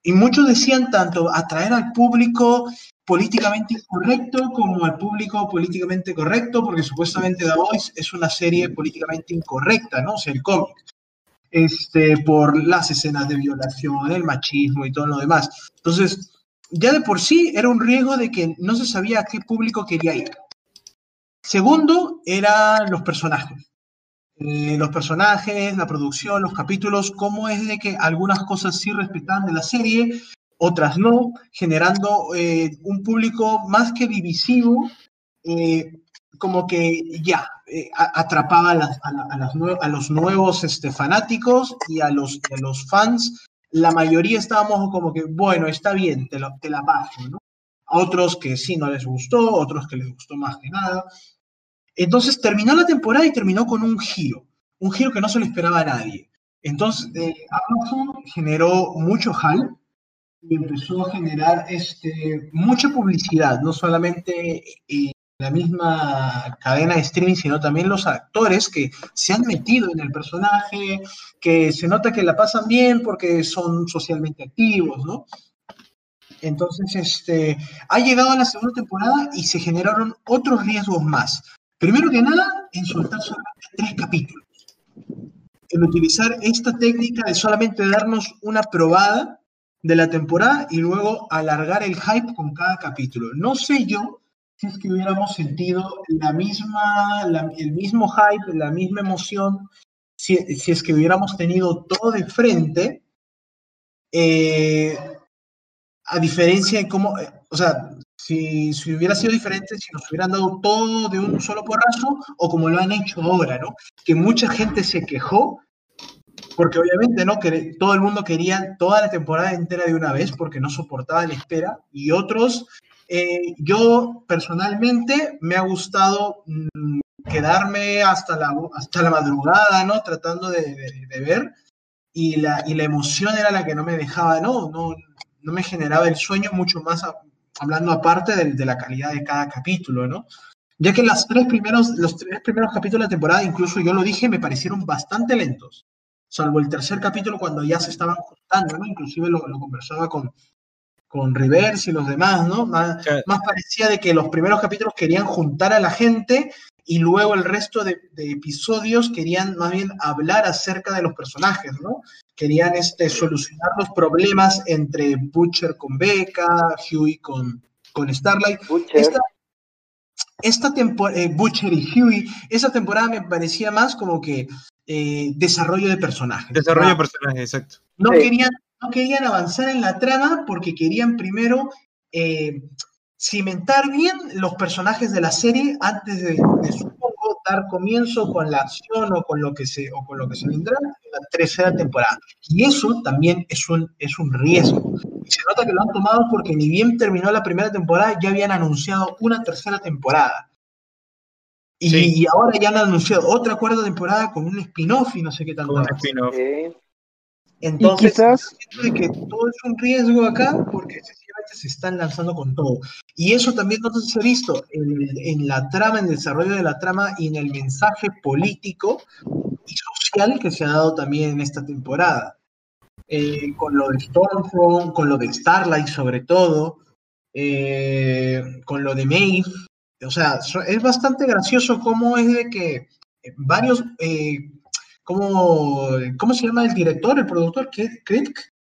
Y muchos decían tanto atraer al público políticamente incorrecto como al público políticamente correcto, porque supuestamente The Voice es una serie políticamente incorrecta, ¿no? O sea, el cómic, por las escenas de violación, el machismo y todo lo demás. Entonces, ya de por sí era un riesgo de que no se sabía a qué público quería ir. Segundo, eran los personajes. Los personajes, la producción, los capítulos, cómo es de que algunas cosas sí respetaban de la serie, otras no, generando un público más que divisivo, como que ya atrapaba a los nuevos fanáticos y a los fans. La mayoría estábamos como que, bueno, está bien, te la paso, ¿no? A otros que sí no les gustó, otros que les gustó más que nada. Entonces terminó la temporada y terminó con un giro que no se lo esperaba a nadie. Entonces Amazon generó mucho hype y empezó a generar mucha publicidad, no solamente la misma cadena de streaming, sino también los actores que se han metido en el personaje, que se nota que la pasan bien porque son socialmente activos, ¿no? Entonces, ha llegado a la segunda temporada y se generaron otros riesgos más. Primero que nada, en soltar solamente 3 capítulos. En utilizar esta técnica de solamente darnos una probada de la temporada y luego alargar el hype con cada capítulo. No sé yo si es que hubiéramos sentido el mismo hype, la misma emoción, si es que hubiéramos tenido todo de frente, a diferencia de cómo, o sea, si hubiera sido diferente, si nos hubieran dado todo de un solo porrazo, o como lo han hecho ahora, ¿no? Que mucha gente se quejó, porque obviamente no todo el mundo quería toda la temporada entera de una vez, porque no soportaba la espera, y otros, yo personalmente me ha gustado quedarme hasta la madrugada, ¿no? Tratando de ver, y la emoción era la que no me dejaba, no me generaba el sueño, mucho más hablando aparte de la calidad de cada capítulo, ¿no? Ya que los 3 primeros capítulos de la temporada, incluso yo lo dije, me parecieron bastante lentos, salvo el tercer capítulo cuando ya se estaban juntando, ¿no? Inclusive lo conversaba con Rivers y los demás, ¿no? Más parecía de que los primeros capítulos querían juntar a la gente y luego el resto de episodios querían más bien hablar acerca de los personajes, ¿no? Querían solucionar los problemas entre Butcher con Becca, Hughie con Starlight. Butcher. Butcher y Hughie, esta temporada me parecía más como que desarrollo de personajes. Desarrollo de personajes, exacto. No querían avanzar en la trama porque querían primero cimentar bien los personajes de la serie antes de supongo, dar comienzo con la acción o con lo que se vendrá en la tercera temporada. Y eso también es un riesgo. Y se nota que lo han tomado porque ni bien terminó la primera temporada, ya habían anunciado una tercera temporada. Y ahora ya han anunciado otra cuarta temporada con un spin-off y no sé qué tanto más. Entonces, de que todo es un riesgo acá porque sencillamente se están lanzando con todo. Y eso también no se ha visto en la trama, en el desarrollo de la trama y en el mensaje político y social que se ha dado también en esta temporada. Con lo de Stormfront, con lo de Starlight sobre todo, con lo de Maeve. O sea, es bastante gracioso cómo es de que varios... ¿Cómo se llama el director, el productor? ¿Kripke?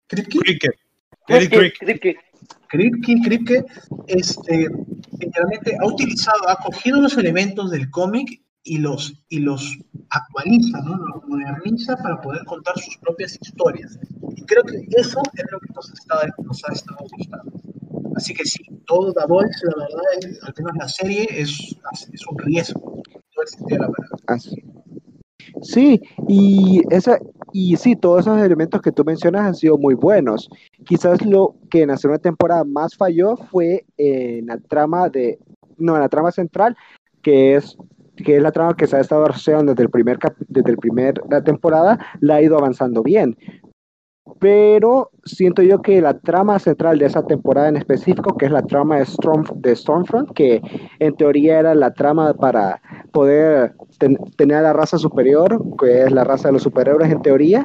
Kripke, generalmente ha cogido los elementos del cómic y los actualiza, ¿no? Los moderniza para poder contar sus propias historias. Y creo que eso es lo que nos ha estado gustando. Así que sí, todo The Voice, la verdad, al menos la serie, es un riesgo. Todo el sentido de la palabra. Sí, y sí, todos esos elementos que tú mencionas han sido muy buenos. Quizás lo que en la segunda temporada más falló fue en la trama central, que es la trama que se ha estado desarrollando desde el primer la temporada, la ha ido avanzando bien. Pero siento yo que la trama central de esa temporada en específico, que es la trama de Stormfront, que en teoría era la trama para poder tener a la raza superior, que es la raza de los superhéroes en teoría,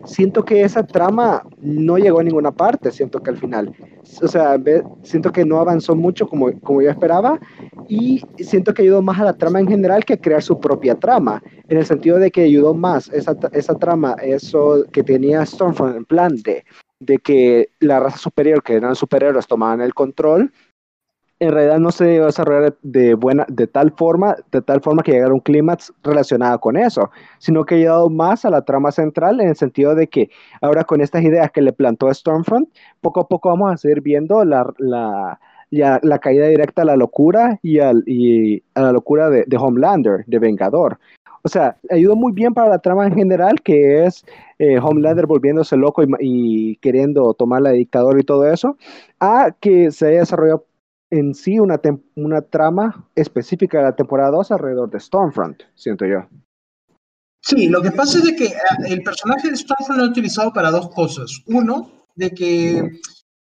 siento que esa trama no llegó a ninguna parte, siento que al final, o sea, siento que no avanzó mucho como yo esperaba, y siento que ayudó más a la trama en general que a crear su propia trama, en el sentido de que ayudó más esa trama, eso que tenía Stormfront en plan de que la raza superior, que eran superhéroes, tomaban el control. En realidad no se iba a desarrollar de tal forma que llegara a un clímax relacionado con eso, sino que ha ayudado más a la trama central en el sentido de que ahora con estas ideas que le plantó Stormfront, poco a poco vamos a seguir viendo la caída directa a la locura y a la locura de Homelander, de Vengador. O sea, ayudó muy bien para la trama en general, que es Homelander volviéndose loco y queriendo tomar la dictadura y todo eso, a que se haya desarrollado en sí una trama específica de la temporada 2 alrededor de Stormfront, siento yo. Sí, lo que pasa es de que el personaje de Stormfront lo he utilizado para dos cosas. Uno, de que,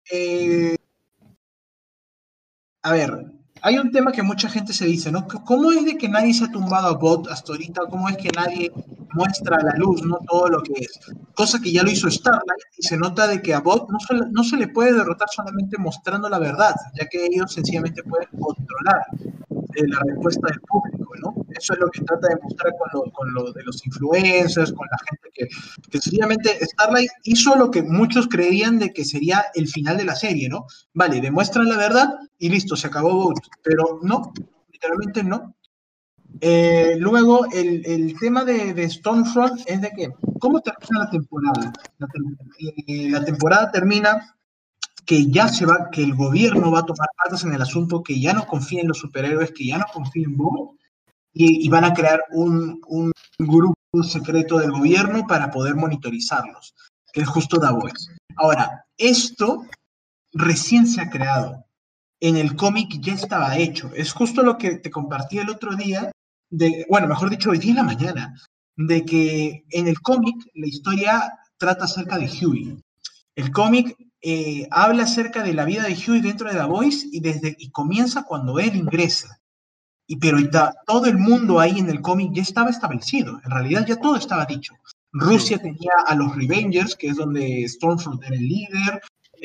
a ver, hay un tema que mucha gente se dice, ¿no? ¿Cómo es de que nadie se ha tumbado a Bot hasta ahorita? ¿Cómo es que nadie muestra a la luz, ¿no? Todo lo que es. Cosa que ya lo hizo Starlight y se nota de que a Bot no se le puede derrotar solamente mostrando la verdad, ya que ellos sencillamente pueden controlar la respuesta del público, ¿no? Eso es lo que trata de mostrar con lo de los influencers, con la gente que sencillamente Starlight hizo lo que muchos creían de que sería el final de la serie, ¿no? Vale, demuestran la verdad y listo, se acabó Boat, pero no, literalmente no. Luego, el tema de Stormfront es de que, ¿cómo termina la temporada? La temporada termina que ya que el gobierno va a tomar cartas en el asunto, que ya no confía en los superhéroes, que ya no confía en Bob, y van a crear un grupo secreto del gobierno para poder monitorizarlos, que es justo The Voice. Ahora, esto recién se ha creado. En el cómic ya estaba hecho. Es justo lo que te compartí el otro día, bueno, mejor dicho, hoy día en la mañana, de que en el cómic la historia trata acerca de Huey. El cómic habla acerca de la vida de Huey dentro de The Voice y comienza cuando él ingresa. Pero todo el mundo ahí en el cómic ya estaba establecido. En realidad ya todo estaba dicho. Rusia tenía a los Revengers, que es donde Stormfront era el líder.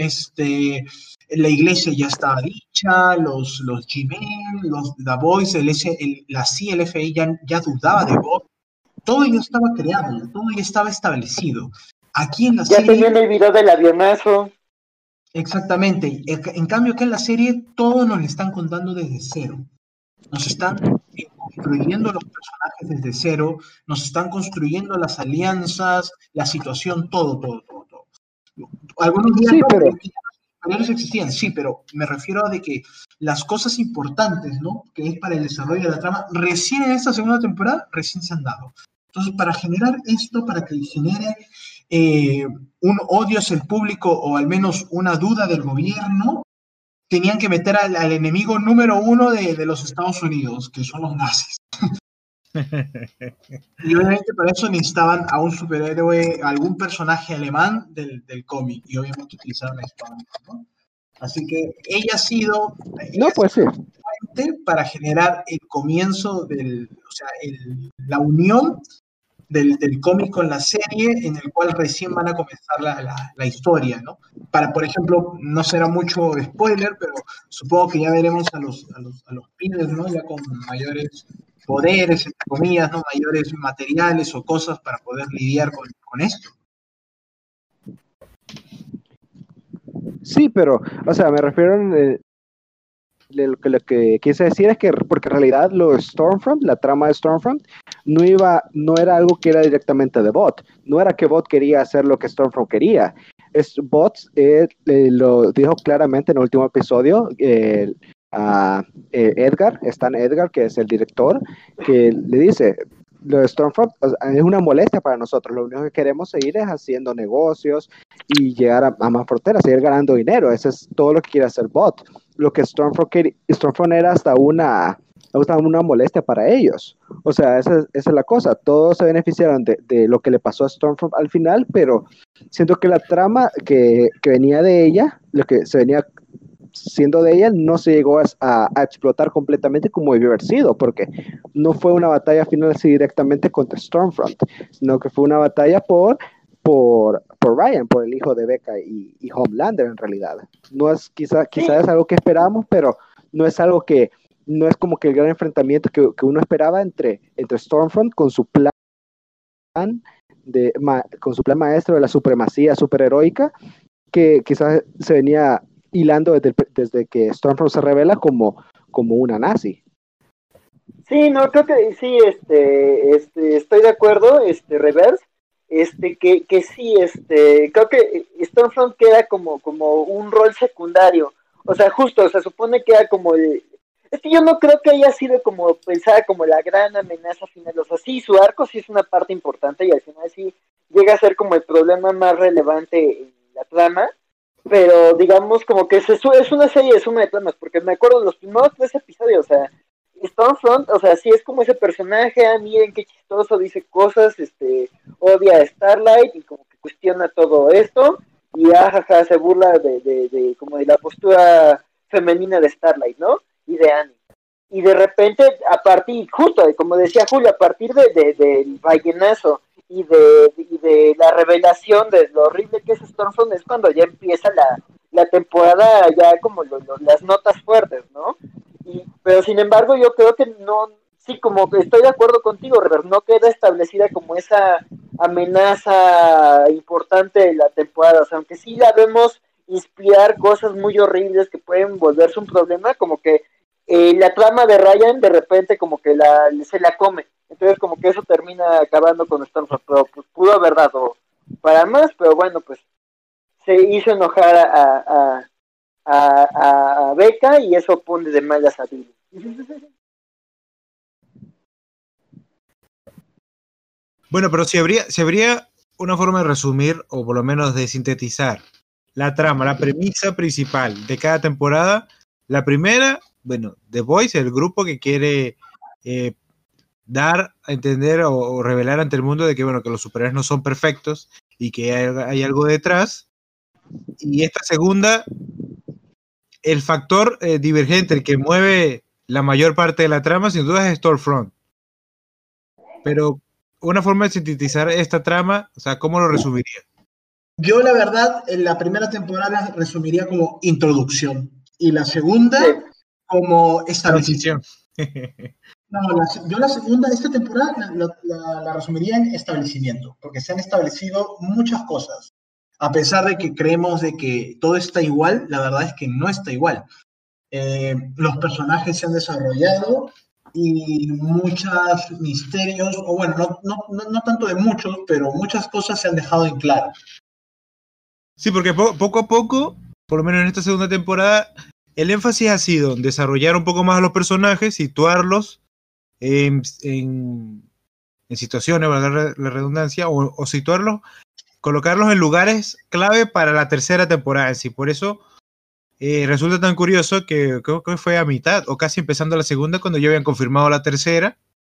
La iglesia ya estaba dicha, los G-Men, los The Voice, la CIA, el FBI ya dudaba de Bob. Todo ya estaba creado, todo ya estaba establecido. Aquí en la serie... Ya tenían el video del avionazo. Exactamente. En cambio, acá en la serie todo nos lo están contando desde cero. Nos están construyendo los personajes desde cero, nos están construyendo las alianzas, la situación, todo. Algunos días sí, pero... los existían, sí, pero me refiero a de que las cosas importantes, ¿no? Que es para el desarrollo de la trama, recién en esta segunda temporada, recién se han dado. Entonces, para generar esto, para que genere un odio hacia el público o al menos una duda del gobierno, tenían que meter al enemigo número uno de los Estados Unidos, que son los nazis. Y obviamente para eso necesitaban a un superhéroe, algún personaje alemán del cómic, y obviamente utilizaron a Storm, ¿no? Así que ella ha sido para generar el comienzo la unión del cómic con la serie, en el cual recién van a comenzar la historia, ¿no? Por ejemplo, no será mucho spoiler, pero supongo que ya veremos a los pibes, ¿no? Ya con mayores poderes, entre comillas, ¿no? Mayores materiales o cosas para poder lidiar con esto. Sí, pero, o sea, me refiero lo que quise decir es que, porque en realidad la trama de Stormfront, no era algo que era directamente de Bot, no era que Bot quería hacer lo que Stormfront quería. Bot lo dijo claramente en el último episodio, Stan Edgar, que es el director, que le dice, lo de Stormfront es una molestia para nosotros, lo único que queremos seguir es haciendo negocios y llegar a más fronteras, seguir ganando dinero, eso es todo lo que quiere hacer Bot. Lo que Stormfront era hasta una molestia para ellos. O sea, esa es la cosa. Todos se beneficiaron de lo que le pasó a Stormfront al final, pero siento que la trama que venía de ella, lo que se venía siendo de ella, no se llegó a explotar completamente como debió haber sido, porque no fue una batalla final así directamente contra Stormfront, sino que fue una batalla por por Ryan, por el hijo de Becca y Homelander en realidad. No es quizás es algo que esperábamos, pero no es algo que, no es como que el gran enfrentamiento que uno esperaba entre Stormfront con su plan maestro de la supremacía superheroica, que quizás se venía hilando desde que Stormfront se revela como una nazi. Sí, no, creo que sí, estoy de acuerdo, Reverse, que sí, creo que Stormfront queda como un rol secundario, o sea, justo, se supone que era como es que yo no creo que haya sido como pensada como la gran amenaza final, o sea, sí, su arco sí es una parte importante y al final sí llega a ser como el problema más relevante en la trama, pero digamos como que es una serie de suma de tramas, porque me acuerdo de los primeros 3 episodios, o sea, Stormfront, o sea, sí es como ese personaje, miren qué chistoso, dice cosas, odia a Starlight y como que cuestiona todo esto y ajaja, se burla de como de la postura femenina de Starlight, ¿no? Y de Annie. Y de repente, a partir, justo, como decía Julio, a partir del ballenazo y de la revelación de lo horrible que es Stormfront, es cuando ya empieza la temporada, ya como las notas fuertes, ¿no? Pero sin embargo yo creo que no, sí, como que estoy de acuerdo contigo, Robert, no queda establecida como esa amenaza importante de la temporada, o sea, aunque sí la vemos inspirar cosas muy horribles que pueden volverse un problema, como que la trama de Ryan de repente como que se la come, entonces como que eso termina acabando con Stormfront, pero pues pudo haber dado para más, pero bueno, pues se hizo enojar a Becca y eso pone de malas a Billy. Bueno, pero si habría una forma de resumir o por lo menos de sintetizar la trama, la premisa principal de cada temporada. La primera, bueno, The Boys, el grupo que quiere dar a entender o revelar ante el mundo de que, bueno, que los superhéroes no son perfectos y que hay algo detrás. Y esta segunda, el factor divergente, el que mueve la mayor parte de la trama, sin duda es Stormfront. Pero una forma de sintetizar esta trama, o sea, ¿cómo lo resumiría? Yo, la verdad, en la primera temporada resumiría como introducción y la segunda como establecimiento. No, yo la segunda, esta temporada la resumiría en establecimiento, porque se han establecido muchas cosas. A pesar de que creemos de que todo está igual, la verdad es que no está igual. Los personajes se han desarrollado y muchos misterios, o bueno, no tanto de muchos, pero muchas cosas se han dejado en claro. Sí, porque poco a poco, por lo menos en esta segunda temporada, el énfasis ha sido en desarrollar un poco más a los personajes, situarlos en situaciones, valga la redundancia, o situarlos, colocarlos en lugares clave para la tercera temporada en sí. Por eso resulta tan curioso que creo que fue a mitad o casi empezando la segunda cuando ya habían confirmado la tercera.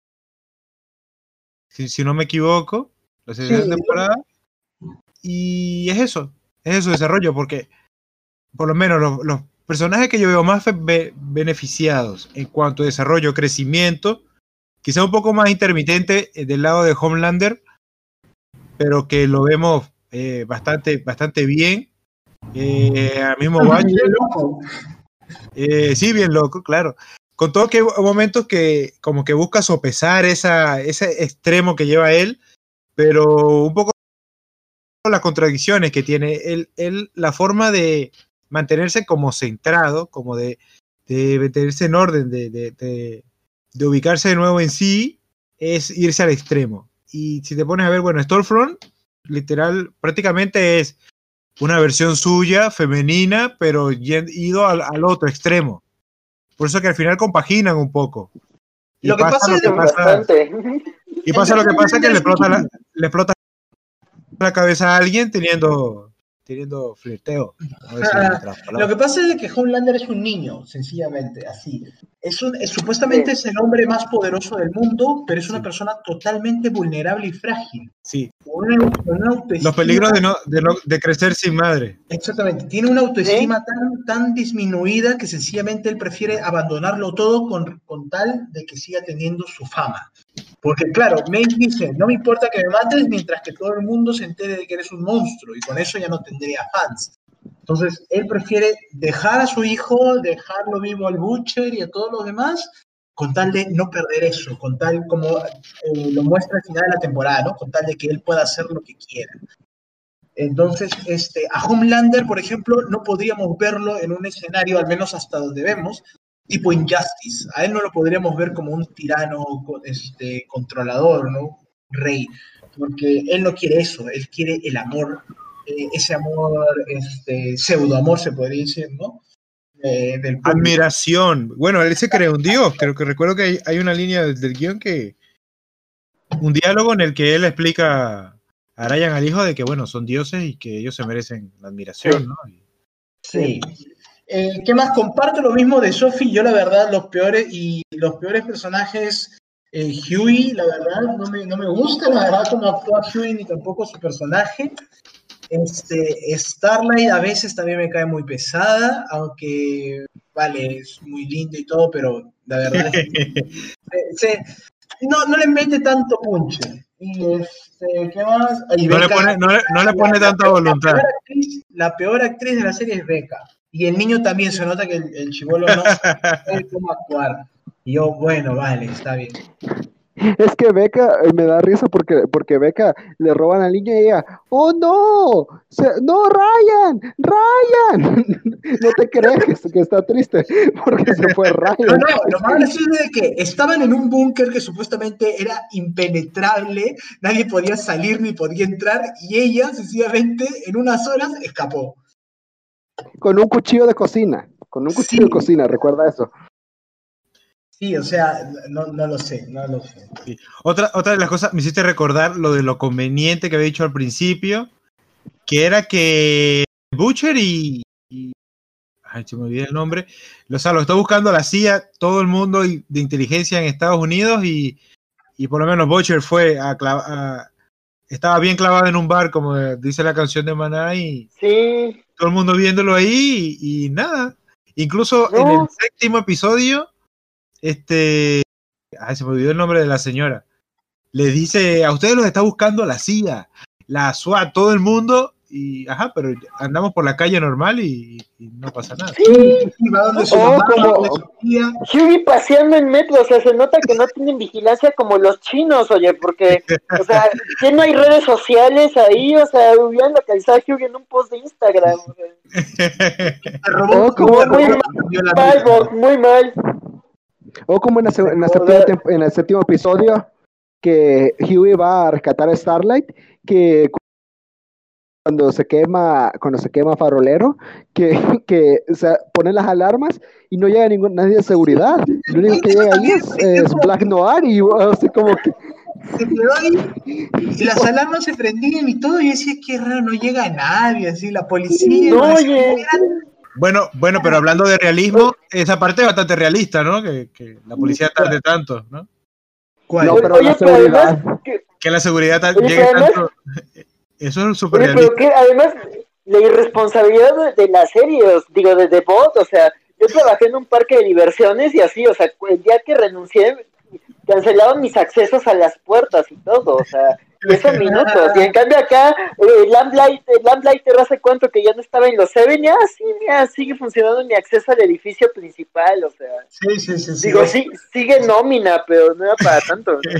Si no me equivoco, la tercera temporada. Y es eso desarrollo, porque por lo menos los personajes que yo veo más beneficiados en cuanto a desarrollo, crecimiento, quizá un poco más intermitente del lado de Homelander, pero que lo vemos bastante bien. Al mismo Butcher, sí, bien loco, claro. Con todo que hay momentos que como que busca sopesar ese extremo que lleva él, pero un poco las contradicciones que tiene él, la forma de mantenerse como centrado, como de meterse en orden, de ubicarse de nuevo en sí, es irse al extremo. Y si te pones a ver, bueno, Stormfront, literal, prácticamente es una versión suya, femenina, pero ido al otro extremo. Por eso que al final compaginan un poco. Y lo que pasa es bastante. Y pasa lo que pasa que le explota la cabeza a alguien teniendo flirteo. Lo que pasa es que Homelander es un niño, sencillamente, así. Supuestamente es el hombre más poderoso del mundo, pero es una persona totalmente vulnerable y frágil. Sí. Una los peligros de crecer sin madre. Exactamente. Tiene una autoestima tan disminuida que sencillamente él prefiere abandonarlo todo con tal de que siga teniendo su fama. Porque claro, Mace dice, no me importa que me mates mientras que todo el mundo se entere de que eres un monstruo, y con eso ya no tendría fans. Entonces, él prefiere dejar a su hijo, dejarlo vivo al Butcher y a todos los demás, con tal de no perder eso, con tal como lo muestra al final de la temporada, ¿no? Con tal de que él pueda hacer lo que quiera. Entonces, a Homelander, por ejemplo, no podríamos verlo en un escenario, al menos hasta donde vemos, tipo Injustice. A él no lo podríamos ver como un tirano controlador, ¿no? Rey, porque él no quiere eso, él quiere el amor, ese amor, pseudo amor se podría decir, ¿no? Del admiración. Bueno, él se cree un dios. Creo que recuerdo que hay una línea del guión que un diálogo en el que él explica a Ryan al hijo de que bueno, son dioses y que ellos se merecen la admiración, ¿no? Sí. ¿Qué más? Comparto lo mismo de Sophie. Yo la verdad los peores personajes, Huey, la verdad no me gusta la verdad cómo actúa Huey ni tampoco su personaje. Starlight a veces también me cae muy pesada, aunque vale, es muy linda y todo, pero la verdad es que no le mete tanto punche. Y ¿qué más? Y no, Becca, no le pone tanta voluntad. La peor actriz de la serie es Becca. Y el niño también se nota que el chibolo no sabe cómo actuar. Y yo, bueno, vale, está bien. Es que Becca me da risa porque Becca le roban al niño y ella, ¡oh no! ¡No, Ryan! No te crees que está triste porque se fue Ryan. No, lo más gracioso es de que estaban en un búnker que supuestamente era impenetrable, nadie podía salir ni podía entrar, y ella, sencillamente, en unas horas escapó. Con un cuchillo de cocina, recuerda eso. Sí, o sea, no lo sé. Sí. Otra de las cosas, me hiciste recordar lo de lo conveniente que había dicho al principio, que era que Butcher y ay, se me olvidó el nombre, lo está buscando la CIA, todo el mundo de inteligencia en Estados Unidos, y por lo menos Butcher fue estaba bien clavado en un bar, como dice la canción de Maná, y sí, todo el mundo viéndolo ahí, y nada. Incluso en el 7º episodio, se me olvidó el nombre de la señora. Le dice, a ustedes los está buscando la CIA, la SWAT, todo el mundo, y pero andamos por la calle normal y no pasa nada. Sí, como Hughie paseando en metro, o sea, se nota que no tienen vigilancia como los chinos, oye, porque, o sea, que no hay redes sociales ahí, o sea, hubieran localizado a Hughie en un post de Instagram. O sea. Muy mal. O como en el séptimo episodio, que Hughie va a rescatar a Starlight, que cuando se quema Farolero, que o sea, pone las alarmas y no llega nadie de seguridad. Lo único que llega ahí es Black Noir y así como que se quedó ahí y las alarmas se prendían y todo, y decía que raro, no llega nadie, así la policía. No, oye. Bueno, pero hablando de realismo, esa parte es bastante realista, ¿no? Que la policía tarde tanto, ¿no? ¿Cuál? No, pero la seguridad. Que la seguridad llegue tanto. Eso es súper realista. Pero que además, la irresponsabilidad de las series, digo, de The Bot, o sea, yo trabajé en un parque de diversiones y así, o sea, el día que renuncié, cancelaron mis accesos a las puertas y todo, o sea, 10 minutos. Y en cambio acá, Lamplighter hace cuánto que ya no estaba en los Seven, ya sí, mira, sigue funcionando mi acceso al edificio principal, o sea. Sí. Digo, sí, sigue nómina, pero no era para tanto, ¿no?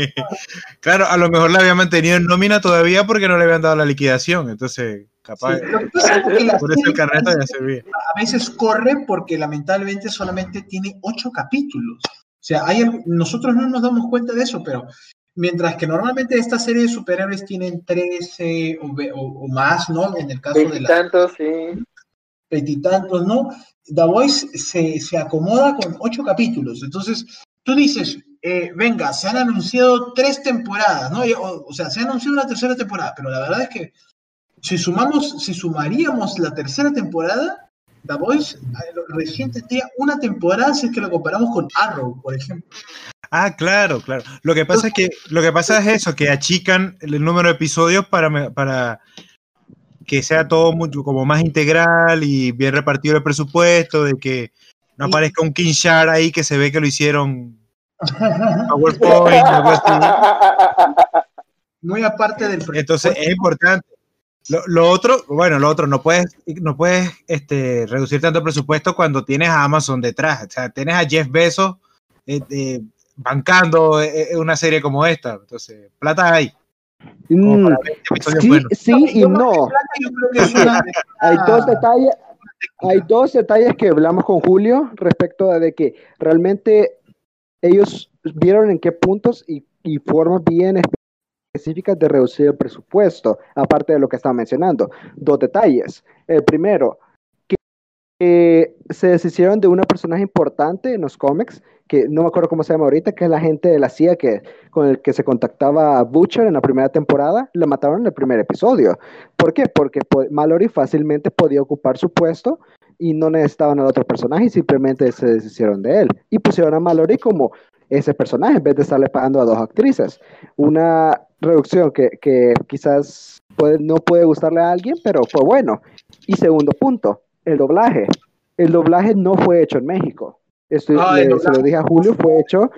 Claro, a lo mejor la había mantenido en nómina todavía porque no le habían dado la liquidación, entonces capaz por eso el carnet ya servía. A veces corre porque lamentablemente solamente tiene 8 capítulos. O sea, nosotros no nos damos cuenta de eso, pero mientras que normalmente esta serie de superhéroes tienen 13 o más, ¿no? En el caso de veintitantos, sí. Veintitantos, ¿no? The Voice se acomoda con 8 capítulos. Entonces, tú dices, venga, se han anunciado 3 temporadas, ¿no? O sea, se ha anunciado una tercera temporada, pero la verdad es que si sumaríamos la tercera temporada, The Voice recién tendría una temporada si es que lo comparamos con Arrow, por ejemplo. Ah, claro. Lo que pasa es eso, que achican el número de episodios para que sea todo mucho como más integral y bien repartido el presupuesto, de que no aparezca un King Shark ahí que se ve que lo hicieron PowerPoint, algo así. Muy aparte del presupuesto. Entonces es importante. Lo otro, no puedes reducir tanto el presupuesto cuando tienes a Amazon detrás. O sea, tienes a Jeff Bezos bancando una serie como esta. Entonces, plata hay. Como para 20 episodios buenos. Sí y no. Yo creo que es una... Hay dos detalles que hablamos con Julio respecto de que realmente ellos vieron en qué puntos y formas bien específicas de reducir el presupuesto, aparte de lo que estaba mencionando. Dos detalles. El primero, que se deshicieron de una personaje importante en los cómics, que no me acuerdo cómo se llama ahorita, que es la gente de la CIA con el que se contactaba Butcher en la primera temporada. La mataron en el primer episodio. ¿Por qué? Porque Mallory fácilmente podía ocupar su puesto y no necesitaban al otro personaje y simplemente se deshicieron de él. Y pusieron a Mallory como ese personaje en vez de estarle pagando a dos actrices. Una reducción que quizás no puede gustarle a alguien, pero fue bueno. Y segundo punto, el doblaje. El doblaje no fue hecho en México. Se lo dije a Julio, fue hecho.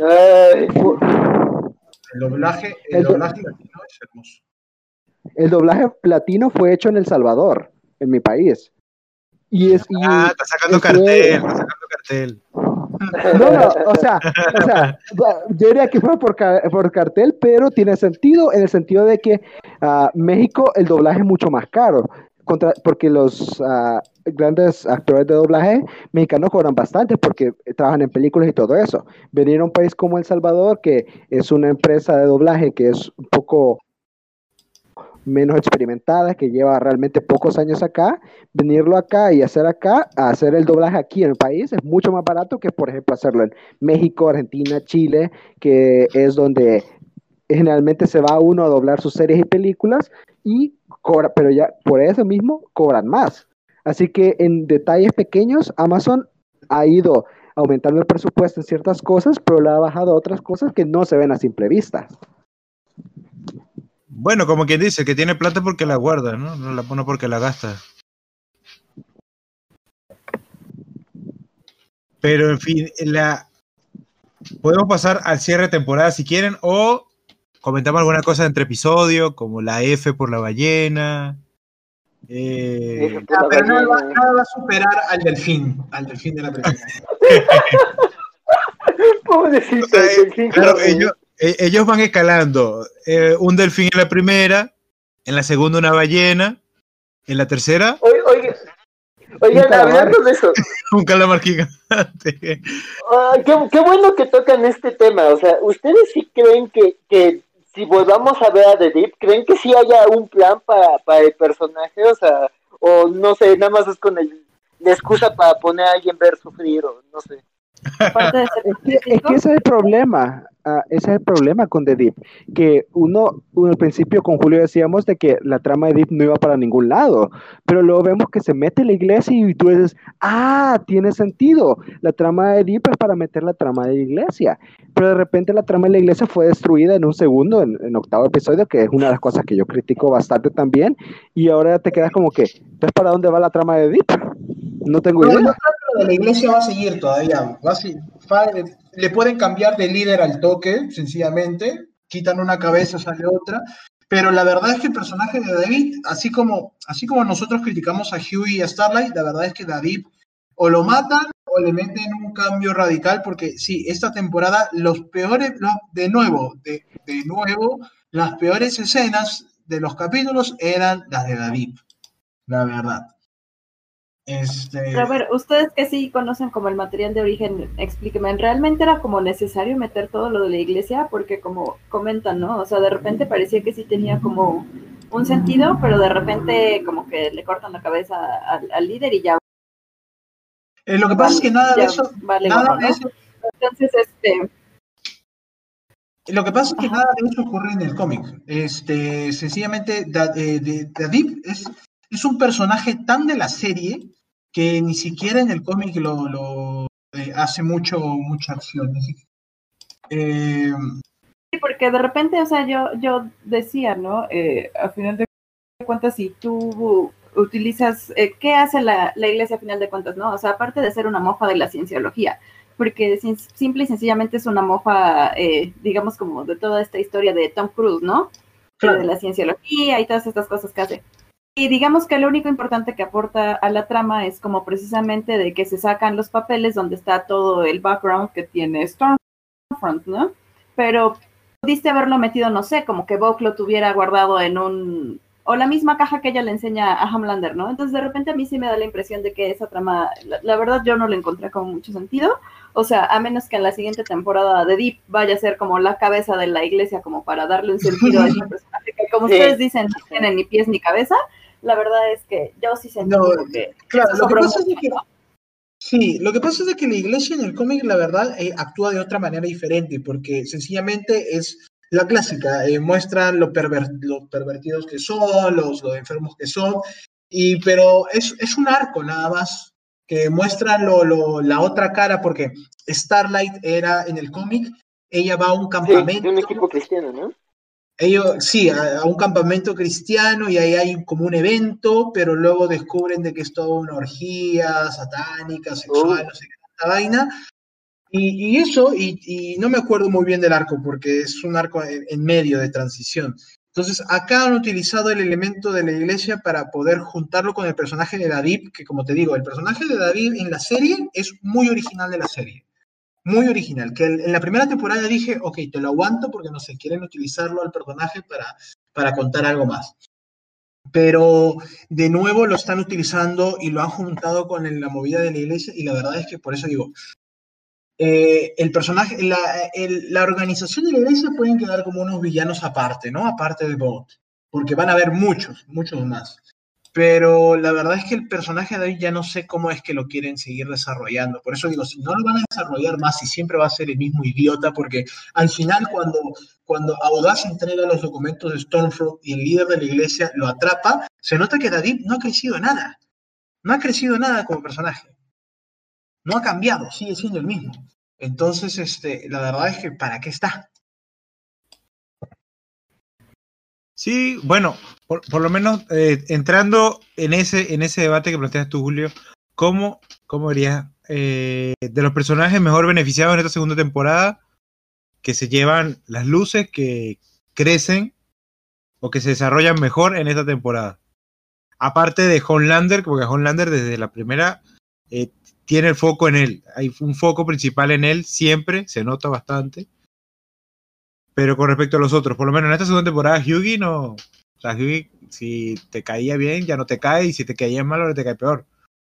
El doblaje latino es hermoso. El doblaje latino fue hecho en El Salvador, en mi país. Está sacando cartel. No, o sea, yo diría que fue por cartel, pero tiene sentido en el sentido de que México el doblaje es mucho más caro, porque los grandes actores de doblaje mexicanos cobran bastante porque trabajan en películas y todo eso. Venir a un país como El Salvador, que es una empresa de doblaje que es un poco menos experimentada, que lleva realmente pocos años acá, venirlo acá y hacer el doblaje aquí en el país es mucho más barato que, por ejemplo, hacerlo en México, Argentina, Chile, que es donde generalmente se va uno a doblar sus series y películas y cobra, pero ya por eso mismo cobran más. Así que en detalles pequeños, Amazon ha ido aumentando el presupuesto en ciertas cosas, pero le ha bajado otras cosas que no se ven a simple vista. Bueno, como quien dice, que tiene plata porque la guarda, ¿no? No la pone porque la gasta. Pero, en fin, podemos pasar al cierre de temporada si quieren, o comentamos alguna cosa entre episodios, como la F por la ballena. Pero nada va a superar al delfín de la primera. Pobrecito, o sea, el delfín. Claro, ellos van escalando. Un delfín en la primera, en la segunda una ballena, en la tercera... Oigan, hablando de eso. Un calamar gigante. Qué bueno que tocan este tema. O sea, ¿ustedes sí creen que si volvamos a ver a The Deep, creen que sí haya un plan para el personaje? O sea, o no sé, nada más es con la excusa para poner a alguien ver sufrir, o no sé. Es que ese es el problema. Ese es el problema con The Deep, que al principio con Julio decíamos de que la trama de Deep no iba para ningún lado, pero luego vemos que se mete en la iglesia y tú dices, tiene sentido, la trama de Deep es para meter la trama de la iglesia, pero de repente la trama de la iglesia fue destruida en un segundo, en octavo episodio, que es una de las cosas que yo critico bastante también, y ahora te quedas como que, entonces, ¿para dónde va la trama de Deep? No tengo idea. Yo creo que lo de la iglesia va a seguir todavía. Le pueden cambiar de líder al toque, sencillamente. Quitan una cabeza, sale otra. Pero la verdad es que el personaje de David, así como nosotros criticamos a Hughie y a Starlight, la verdad es que David o lo matan o le meten un cambio radical, porque sí, esta temporada de nuevo, las peores escenas de los capítulos eran las de David, la verdad. Pero a ver, ustedes que sí conocen como el material de origen, explíquenme, ¿realmente era como necesario meter todo lo de la iglesia? Porque como comentan, ¿no? O sea, de repente parecía que sí tenía como un sentido, pero de repente como que le cortan la cabeza al líder y ya. Lo que pasa es que nada de eso... Entonces, Lo que pasa es que nada de eso ocurre en el cómic. Sencillamente, David es un personaje tan de la serie que ni siquiera en el cómic lo hace mucha acción. Sí, porque de repente, o sea, yo decía, ¿no? A final de cuentas, si tú utilizas, ¿qué hace la iglesia a final de cuentas, no? O sea, aparte de ser una mofa de la cienciología, porque simple y sencillamente es una mofa, digamos, como de toda esta historia de Tom Cruise, ¿no? Claro. De la cienciología y todas estas cosas que hace. Y digamos que lo único importante que aporta a la trama es como precisamente de que se sacan los papeles donde está todo el background que tiene Stormfront, ¿no? Pero pudiste haberlo metido, no sé, como que Vogue lo tuviera guardado en un... o la misma caja que ella le enseña a Homelander, ¿no? Entonces de repente a mí sí me da la impresión de que esa trama, la verdad yo no le encontré con mucho sentido. O sea, a menos que en la siguiente temporada de Deep vaya a ser como la cabeza de la iglesia, como para darle un sentido a este personaje que, como ustedes dicen, no tiene ni pies ni cabeza. La verdad es que yo sí sentí que... Claro, lo que pasa es que... Sí, lo que pasa es que la iglesia en el cómic, la verdad, actúa de otra manera diferente, porque sencillamente es la clásica, muestran los pervertidos que son, los enfermos que son, pero es un arco nada más, que muestra la otra cara, porque Starlight era en el cómic, ella va a un campamento. Sí, de un equipo cristiano, ¿no? Sí, a un campamento cristiano y ahí hay como un evento, pero luego descubren de que es toda una orgía satánica, sexual, no sé qué tanta vaina. Y eso, y no me acuerdo muy bien del arco, porque es un arco en medio de transición. Entonces, acá han utilizado el elemento de la iglesia para poder juntarlo con el personaje de David, que como te digo, el personaje de David en la serie es muy original de la serie. Muy original, que en la primera temporada dije, ok, te lo aguanto porque no sé, quieren utilizarlo al personaje para contar algo más. Pero de nuevo lo están utilizando y lo han juntado con la movida de la iglesia y la verdad es que por eso digo, el personaje, la organización de la iglesia pueden quedar como unos villanos aparte, ¿no? Aparte de Bot, porque van a haber muchos más. Pero la verdad es que el personaje de David ya no sé cómo es que lo quieren seguir desarrollando. Por eso digo, si no lo van a desarrollar más y siempre va a ser el mismo idiota, porque al final cuando Audaz entrega los documentos de Stormfront y el líder de la iglesia lo atrapa, se nota que David no ha crecido nada. No ha crecido nada como personaje. No ha cambiado, sigue siendo el mismo. Entonces, la verdad es que ¿para qué está? Sí, bueno, por lo menos entrando en ese debate que planteas tú, Julio, ¿cómo dirías de los personajes mejor beneficiados en esta segunda temporada que se llevan las luces, que crecen o que se desarrollan mejor en esta temporada? Aparte de Homelander, porque Homelander desde la primera tiene el foco en él, hay un foco principal en él siempre, se nota bastante. Pero con respecto a los otros, por lo menos en esta segunda temporada, Hughie no. O sea, Hughie, si te caía bien, ya no te cae, y si te caía mal, ahora te cae peor.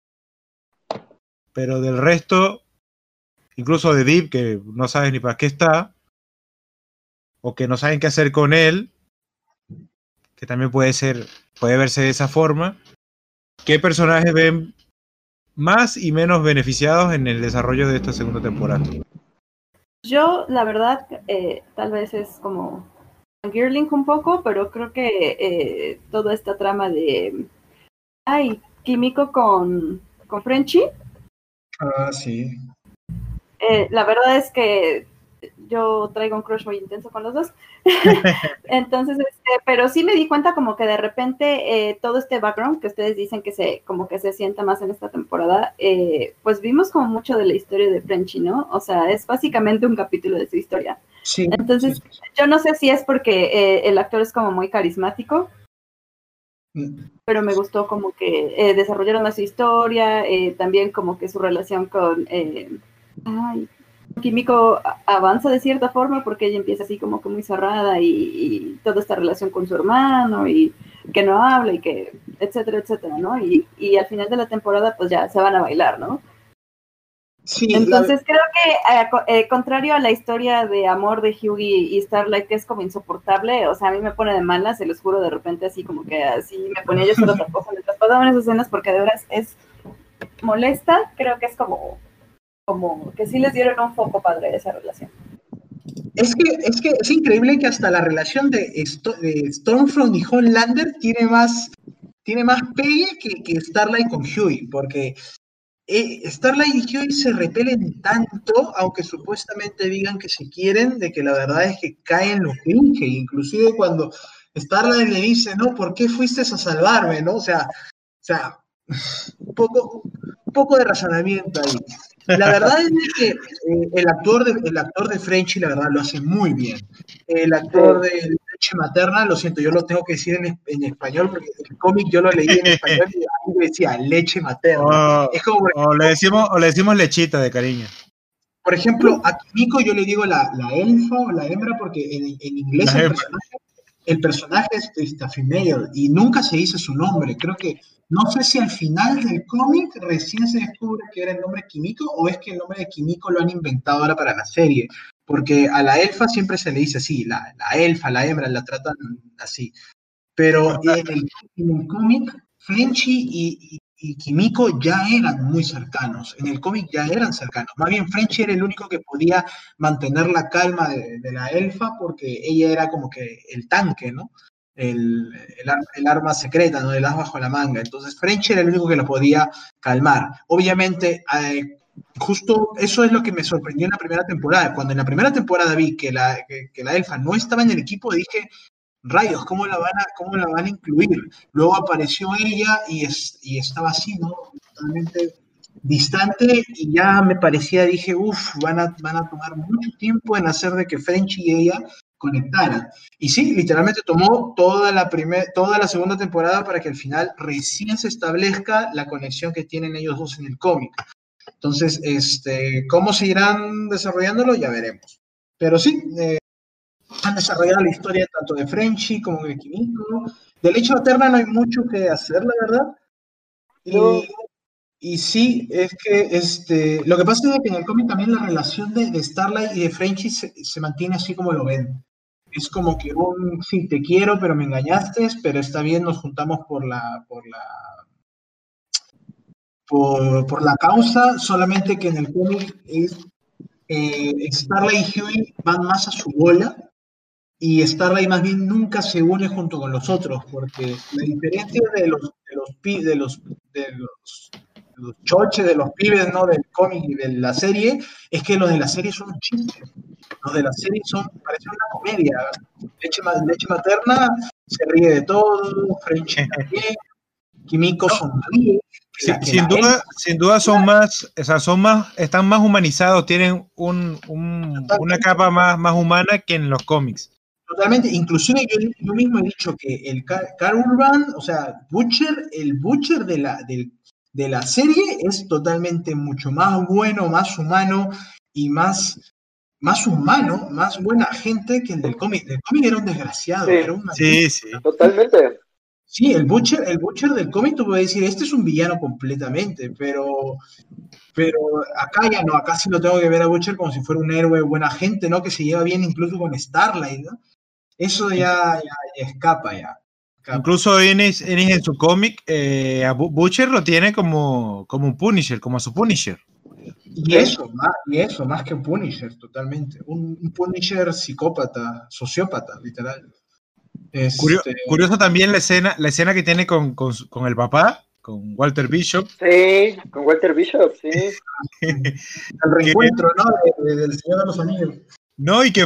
Pero del resto, incluso de Deep, que no sabes ni para qué está, o que no saben qué hacer con él, que también puede verse de esa forma. ¿Qué personajes ven más y menos beneficiados en el desarrollo de esta segunda temporada? Yo, la verdad, tal vez es como Girling un poco, pero creo que toda esta trama de Kimiko con Frenchie. Ah, sí. La verdad es que yo traigo un crush muy intenso con los dos. Entonces, pero sí me di cuenta como que de repente todo este background que ustedes dicen que se sienta más en esta temporada, pues vimos como mucho de la historia de Frenchie, ¿no? O sea, es básicamente un capítulo de su historia. Sí, entonces, sí. Yo no sé si es porque el actor es como muy carismático, pero me gustó como que desarrollaron más su historia, también como que su relación con Kimiko avanza de cierta forma porque ella empieza así como que muy cerrada y toda esta relación con su hermano y que no habla y que etcétera, etcétera, ¿no? Y al final de la temporada pues ya se van a bailar, ¿no? Sí, entonces creo que contrario a la historia de amor de Hughie y Starlight, que es como insoportable, o sea, a mí me pone de malas, se los juro, de repente así como que así me ponía yo a hacer otra cosa mientras pasaban esas escenas porque de verdad es molesta, creo que es como que sí les dieron un foco padre de esa relación. Es que es increíble que hasta la relación de Stormfront y Homelander tiene más pegue que Starlight con Hughie, porque Starlight y Hughie se repelen tanto, aunque supuestamente digan que se quieren, de que la verdad es que caen los cringe, inclusive cuando Starlight le dice, no, ¿por qué fuiste a salvarme? ¿No? O sea, un poco de razonamiento ahí. La verdad es que el actor de Frenchy, la verdad, lo hace muy bien. El actor de Leche Materna, lo siento, yo lo tengo que decir en español, porque el cómic yo lo leí en español y ahí decía Leche Materna. Es como, o le decimos lechita de cariño. por ejemplo, a Kimiko yo le digo la elfa o la hembra, porque en inglés el personaje es female y nunca se dice su nombre. Creo que, no sé si al final del cómic recién se descubre que era el nombre de Kimiko o es que el nombre de Kimiko lo han inventado ahora para la serie. Porque a la elfa siempre se le dice así, la elfa, la hembra, la tratan así. Pero en el cómic, Frenchy y Kimiko ya eran muy cercanos. En el cómic ya eran cercanos. Más bien, Frenchy era el único que podía mantener la calma de la elfa porque ella era como que el tanque, ¿no? El arma secreta, ¿no? El as bajo la manga. Entonces, Frenchy era el único que lo podía calmar. Obviamente, justo eso es lo que me sorprendió en la primera temporada. Cuando en la primera temporada vi que la elfa no estaba en el equipo, dije, rayos, ¿cómo la van a incluir? Luego apareció ella y estaba así, ¿no? Totalmente distante y ya me parecía, dije, van a tomar mucho tiempo en hacer de que Frenchy y ella conectaran. Y sí, literalmente tomó toda la segunda temporada para que al final recién se establezca la conexión que tienen ellos dos en el cómic. Entonces, ¿cómo seguirán desarrollándolo? Ya veremos. Pero sí, han desarrollado la historia tanto de Frenchy como de Kimiko. De Leche Materna no hay mucho que hacer, la verdad. Y sí, es que lo que pasa es que en el cómic también la relación de Starlight y de Frenchy se mantiene así como lo ven. Es como que sí, te quiero, pero me engañaste, pero está bien, nos juntamos por la causa, solamente que en el cómic Starlight y Huey van más a su bola y Starlight más bien nunca se une junto con los otros, porque la diferencia de los choches, de los pibes, ¿no? Del cómic y de la serie, es que los de la serie son chistes. Los de la serie parecen una comedia. Leche Materna se ríe de todo, Frenchy también, Kimiko sonríe. Sin duda son más, están más humanizados, tienen una capa más humana que en los cómics. Totalmente, inclusive yo mismo he dicho que el Karl Urban, o sea, el Butcher de la serie es totalmente mucho más bueno, más humano y más humano, más buena gente que el del cómic. El cómic era un desgraciado. Sí, totalmente. Sí, el Butcher del cómic tú puedes decir, este es un villano completamente, pero acá ya no, acá sí lo tengo que ver a Butcher como si fuera un héroe, buena gente, ¿no? Que se lleva bien incluso con Starlight, ¿no? Eso ya escapa ya. Incluso Ennis en su cómic, a Butcher lo tiene como un Punisher, como su Punisher. Y eso, más que un Punisher, totalmente. Un Punisher psicópata, sociópata, literal. Curioso también la escena que tiene con el papá, con Walter Bishop. Sí, con Walter Bishop, sí. El reencuentro, ¿no? Del Señor de los Anillos. No, y que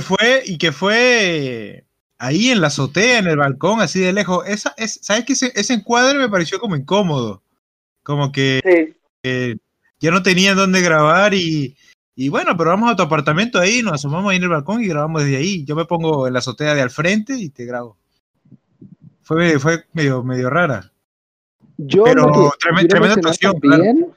fue ahí en la azotea, en el balcón, así de lejos. ¿Sabes qué? Ese encuadre me pareció como incómodo. Como que ya no tenían dónde grabar y bueno, pero vamos a tu apartamento ahí, nos asomamos ahí en el balcón y grabamos desde ahí. Yo me pongo en la azotea de al frente y te grabo. Fue medio rara. Pero tremenda actuación, claro.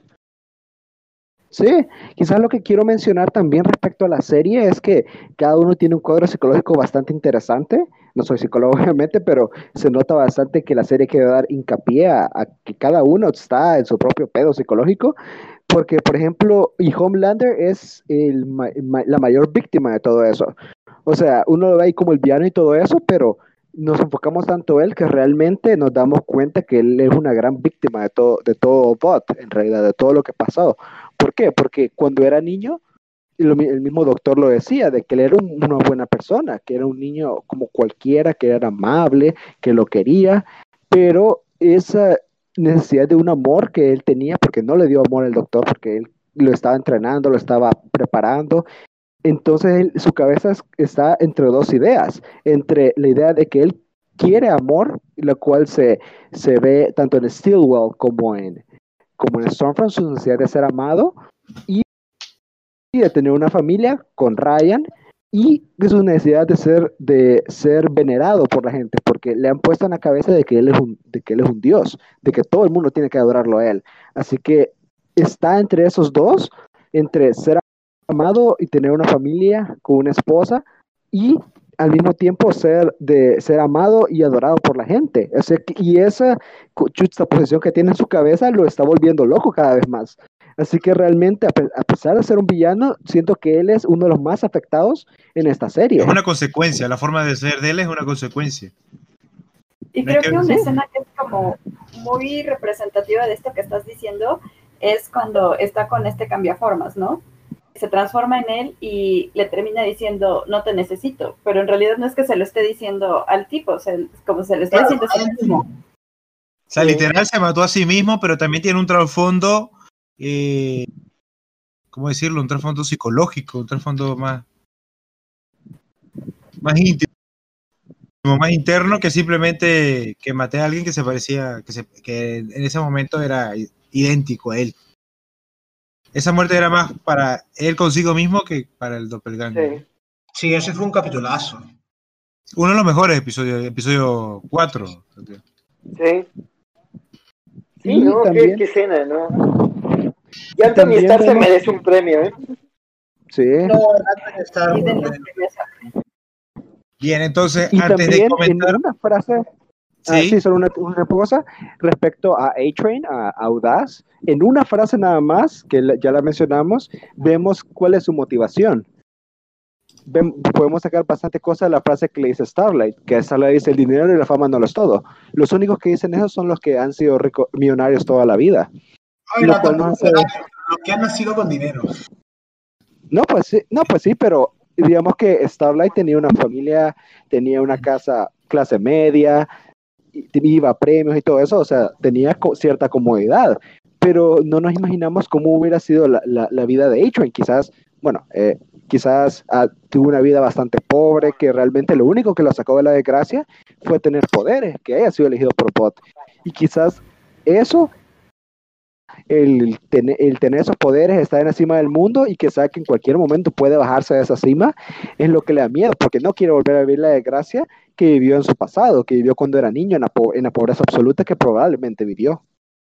Sí, quizás lo que quiero mencionar también respecto a la serie es que cada uno tiene un cuadro psicológico bastante interesante. No soy psicólogo obviamente, pero se nota bastante que la serie quiere dar hincapié a que cada uno está en su propio pedo psicológico. Porque, por ejemplo, y Homelander es la mayor víctima de todo eso. O sea, uno lo ve ahí como el villano y todo eso, pero nos enfocamos tanto en él que realmente nos damos cuenta que él es una gran víctima de todo Bot, en realidad, de todo lo que ha pasado. ¿Por qué? Porque cuando era niño, el mismo doctor lo decía, de que él era una buena persona, que era un niño como cualquiera, que era amable, que lo quería, pero esa necesidad de un amor que él tenía, porque no le dio amor al doctor, porque él lo estaba entrenando, lo estaba preparando. Entonces su cabeza está entre dos ideas, entre la idea de que él quiere amor, la cual se ve tanto en Stillwell como en como en Stormfront, su necesidad de ser amado y de tener una familia con Ryan, y de su necesidad de ser venerado por la gente, porque le han puesto en la cabeza de que él es un dios, de que todo el mundo tiene que adorarlo a él. Así que está entre esos dos, entre ser amado y tener una familia con una esposa, y al mismo tiempo ser amado y adorado por la gente. O sea, y esa juxtaposición que tiene en su cabeza lo está volviendo loco cada vez más. Así que realmente, a pesar de ser un villano, siento que él es uno de los más afectados en esta serie. Es una consecuencia, la forma de ser de él es una consecuencia. Y creo que una escena que es como muy representativa de esto que estás diciendo es cuando está con este cambiaformas, ¿no? Se transforma en él y le termina diciendo, no te necesito, pero en realidad no es que se lo esté diciendo al tipo, como se lo está diciendo a sí mismo. O sea, literal se mató a sí mismo, pero también tiene un trasfondo, ¿cómo decirlo? Un trasfondo psicológico, un trasfondo más íntimo, más interno que simplemente que maté a alguien que se parecía, que en ese momento era idéntico a él. Esa muerte era más para él consigo mismo que para el doppelganger. Sí, ese fue un capitulazo. Uno de los mejores episodios, episodio 4. Sí. Sí, no, qué escena, ¿no? Y Anthony Starr se merece un premio, ¿eh? Sí. No, Anthony Starr. Bien, entonces, y antes también, de comentar... en una frase... Sí, solo una cosa respecto a A-Train, a Audaz. En una frase nada más, que ya la mencionamos, vemos cuál es su motivación. Podemos sacar bastante cosas de la frase que le dice Starlight, que Starlight dice: el dinero y la fama no lo es todo. Los únicos que dicen eso son los que han sido millonarios toda la vida. Los que han nacido con dinero. No, pues sí, pero digamos que Starlight tenía una familia, tenía una casa clase media, iba a premios y todo eso, o sea, tenía cierta comodidad, pero no nos imaginamos cómo hubiera sido la vida de A-Train. Quizás tuvo una vida bastante pobre, que realmente lo único que lo sacó de la desgracia fue tener poderes, que haya sido elegido por Bot, y quizás eso, el tener esos poderes, estar en la cima del mundo y que sabe que en cualquier momento puede bajarse de esa cima, es lo que le da miedo, porque no quiere volver a vivir la desgracia que vivió en su pasado, que vivió cuando era niño, en la pobreza absoluta que probablemente vivió.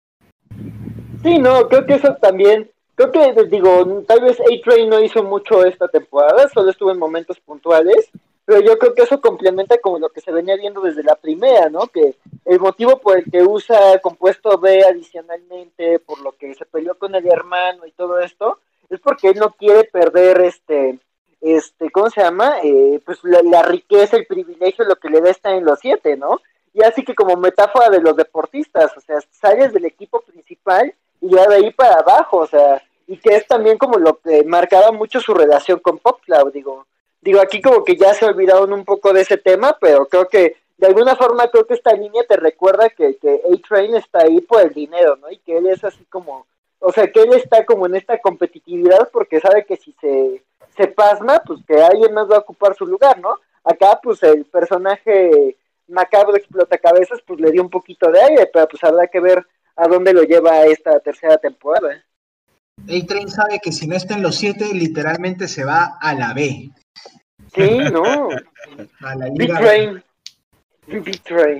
Sí, no, creo que eso también, creo que, digo, tal vez A-Train no hizo mucho esta temporada, solo estuvo en momentos puntuales, pero yo creo que eso complementa como lo que se venía viendo desde la primera, ¿no? Que el motivo por el que usa compuesto B adicionalmente, por lo que se peleó con el hermano y todo esto, es porque él no quiere perder ¿cómo se llama? Pues la riqueza, el privilegio, lo que le da estar en los 7, ¿no? Y así que como metáfora de los deportistas, o sea, sales del equipo principal y ya de ahí para abajo, o sea, y que es también como lo que marcaba mucho su relación con PopCloud, digo, aquí como que ya se olvidaron un poco de ese tema, pero creo que de alguna forma creo que esta línea te recuerda que A-Train está ahí por el dinero, ¿no? Y que él es así como, o sea, que él está como en esta competitividad porque sabe que si se pasma, pues que alguien más va a ocupar su lugar, ¿no? Acá, pues el personaje macabro explotacabezas, pues le dio un poquito de aire, pero pues habrá que ver a dónde lo lleva esta tercera temporada. A-Train sabe que si no está en los 7, literalmente se va a la B. Sí, no. A la Big Train. Big Train.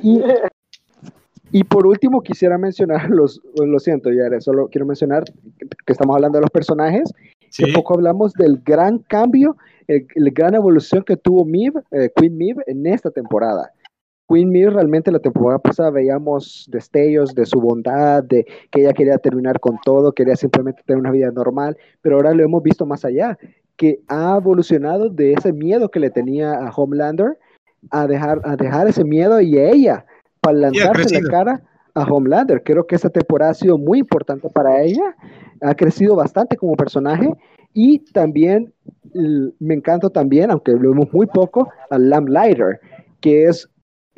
Y por último quisiera mencionar, lo siento, Yare, solo quiero mencionar que estamos hablando de los personajes, ¿sí? Que poco hablamos del gran cambio, el gran evolución que tuvo Queen Maeve en esta temporada. Queen Maeve realmente la temporada pasada veíamos destellos de su bondad, de que ella quería terminar con todo, quería simplemente tener una vida normal, pero ahora lo hemos visto más allá, que ha evolucionado de ese miedo que le tenía a Homelander a dejar ese miedo y a ella para lanzarse la cara a Homelander. Creo que esta temporada ha sido muy importante para ella, ha crecido bastante como personaje, y también me encanta también, aunque lo vemos muy poco, a Lamplighter, que es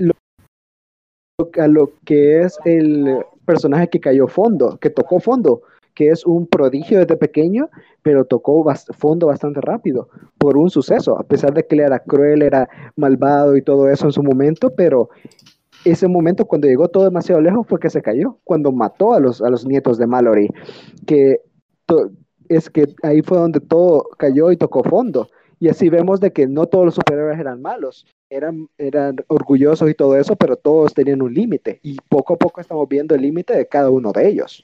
lo que es el personaje que tocó fondo, que es un prodigio desde pequeño, pero tocó fondo bastante rápido por un suceso, a pesar de que él era cruel, era malvado y todo eso en su momento, pero ese momento cuando llegó todo demasiado lejos fue que se cayó, cuando mató a los nietos de Mallory, que es que ahí fue donde todo cayó y tocó fondo. Y así vemos de que no todos los superhéroes eran malos, eran orgullosos y todo eso, pero todos tenían un límite. Y poco a poco estamos viendo el límite de cada uno de ellos.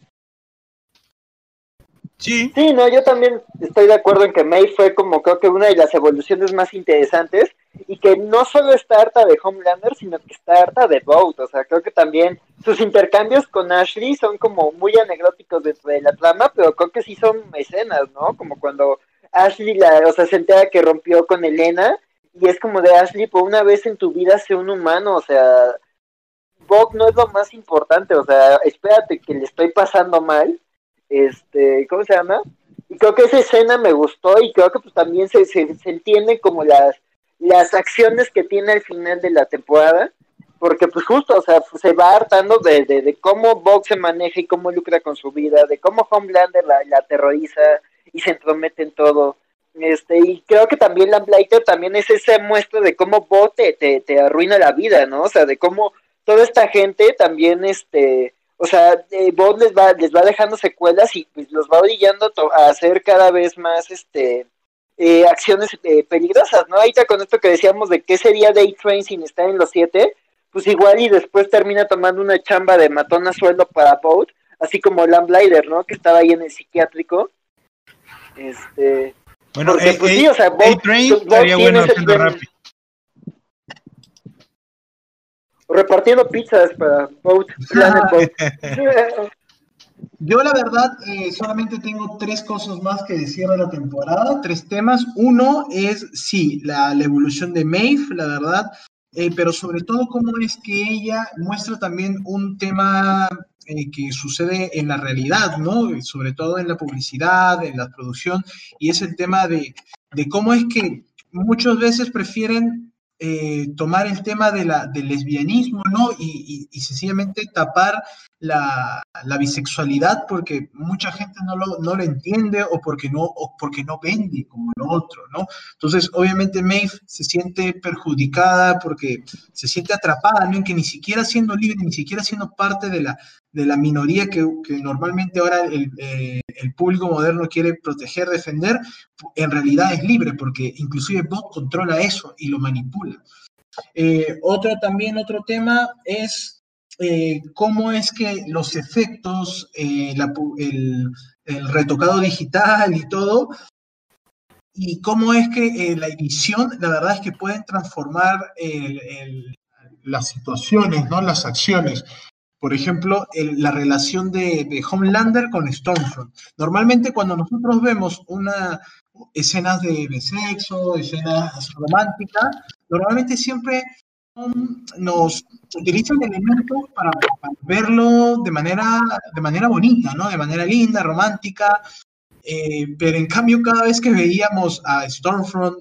Sí. Sí, no, yo también estoy de acuerdo en que May fue como creo que una de las evoluciones más interesantes y que no solo está harta de Homelander, sino que está harta de Vought. O sea, creo que también sus intercambios con Ashley son como muy anecdóticos dentro de la trama, pero creo que sí son escenas, ¿no? Como cuando Ashley, o sea, se entera que rompió con Elena y es como de Ashley, por una vez en tu vida sé un humano, o sea, Vought no es lo más importante, o sea, espérate que le estoy pasando mal. ¿Cómo se llama? Y creo que esa escena me gustó y creo que pues también se entiende como las acciones que tiene al final de la temporada, porque pues justo, o sea, se va hartando de cómo Vought se maneja y cómo lucra con su vida, de cómo Homelander la aterroriza y se entromete en todo. Y creo que también Lamplighter también es esa muestra de cómo Vought te arruina la vida, ¿no? O sea, de cómo toda esta gente también, o sea, Bond les va dejando secuelas y pues los va orillando a hacer cada vez más acciones peligrosas, ¿no? Ahorita con esto que decíamos de qué sería Day Train sin estar en los 7, pues igual y después termina tomando una chamba de matón a sueldo para Bond, así como Lamplighter, ¿no? Que estaba ahí en el psiquiátrico. Bueno, porque, pues sí, o sea, Bond estaría bueno haciendo rápido. Repartiendo pizzas para Boat, Planet Boat. Yo la verdad solamente tengo 3 cosas más que decir de la temporada, 3 temas. Uno es, sí, la evolución de Maeve, la verdad, pero sobre todo cómo es que ella muestra también un tema que sucede en la realidad, ¿no? Sobre todo en la publicidad, en la producción, y es el tema de cómo es que muchas veces prefieren tomar el tema del lesbianismo, ¿no? Y sencillamente tapar la bisexualidad porque mucha gente no lo entiende o porque no vende como lo otro, ¿no? Entonces, obviamente Maeve se siente perjudicada porque se siente atrapada, ¿no? En que ni siquiera siendo libre, ni siquiera siendo parte de la minoría que normalmente ahora el público moderno quiere proteger, defender, en realidad es libre, porque inclusive Bot controla eso y lo manipula. Otro tema es cómo es que los efectos, el retocado digital y todo, y cómo es que la edición, la verdad es que pueden transformar las situaciones, ¿no? Las acciones. Por ejemplo, la relación de Homelander con Stormfront. Normalmente cuando nosotros vemos escenas de sexo, escenas románticas, normalmente siempre nos utilizan elementos para verlo de manera bonita, ¿no? De manera linda, romántica, pero en cambio cada vez que veíamos a Stormfront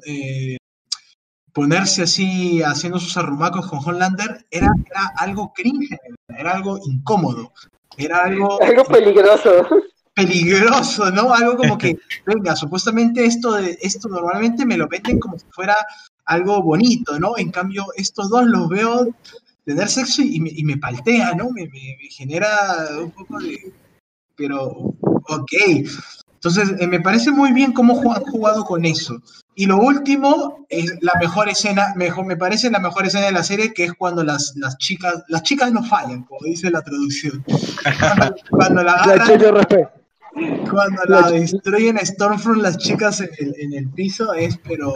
ponerse así, haciendo sus arrumacos con Homelander, era algo cringe, era algo incómodo, era algo peligroso. Peligroso, ¿no? Algo como que, venga, supuestamente esto normalmente me lo venden como si fuera algo bonito, ¿no? En cambio, estos dos los veo tener sexo y me paltea, ¿no? Me genera un poco de... Pero, ok. Entonces, me parece muy bien cómo han jugado con eso. Y lo último es la mejor escena, me parece la mejor escena de la serie, que es cuando las chicas no fallan, como dice la traducción. Cuando la agarran, cuando la destruyen a Stormfront, las chicas en el piso, pero...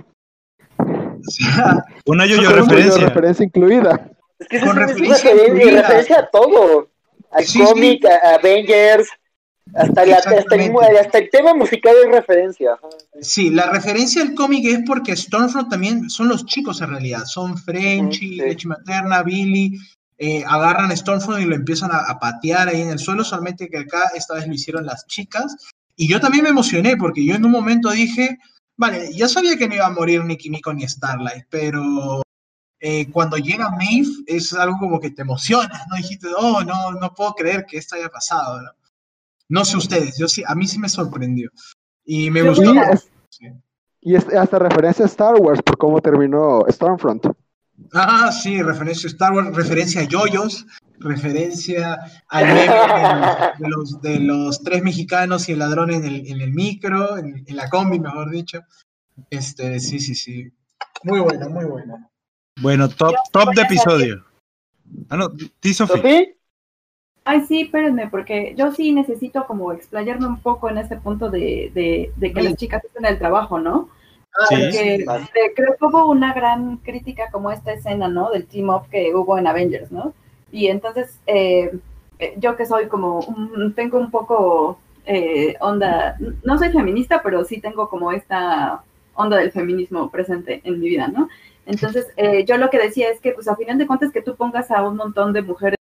O sea, una referencia incluida. Es que con referencia a todo. Al cómic, sí. A Avengers... Hasta el tema musical es referencia. Sí, la referencia al cómic es porque Stormfront también son los chicos en realidad. Son Frenchy, Leche Materna, Billy. Agarran a Stormfront y lo empiezan a patear ahí en el suelo. Solamente que acá esta vez lo hicieron las chicas. Y yo también me emocioné porque yo en un momento dije, vale, ya sabía que no iba a morir ni Kimiko ni Starlight, pero cuando llega Maeve es algo como que te emocionas, ¿no? Dijiste, oh, no puedo creer que esto haya pasado, ¿no? No sé ustedes, a mí sí me sorprendió. Y me gustó. Y hasta referencia a Star Wars por cómo terminó Stormfront. Ah, sí, referencia a Star Wars, referencia a yoyos, referencia al meme de los tres mexicanos y el ladrón en el micro, en la combi, mejor dicho. Sí, sí, sí. Muy buena, muy buena. Bueno, top de episodio. Ah, no, Sofía. ¿Sofía? Ay, sí, espérenme, porque yo sí necesito como explayarme un poco en este punto de que las chicas hacen el trabajo, ¿no? Sí. Porque creo que hubo una gran crítica como esta escena, ¿no? Del team up que hubo en Avengers, ¿no? Y entonces, yo que soy como, tengo un poco onda, no soy feminista, pero sí tengo como esta onda del feminismo presente en mi vida, ¿no? Entonces, yo lo que decía es que, pues, a final de cuentas, que tú pongas a un montón de mujeres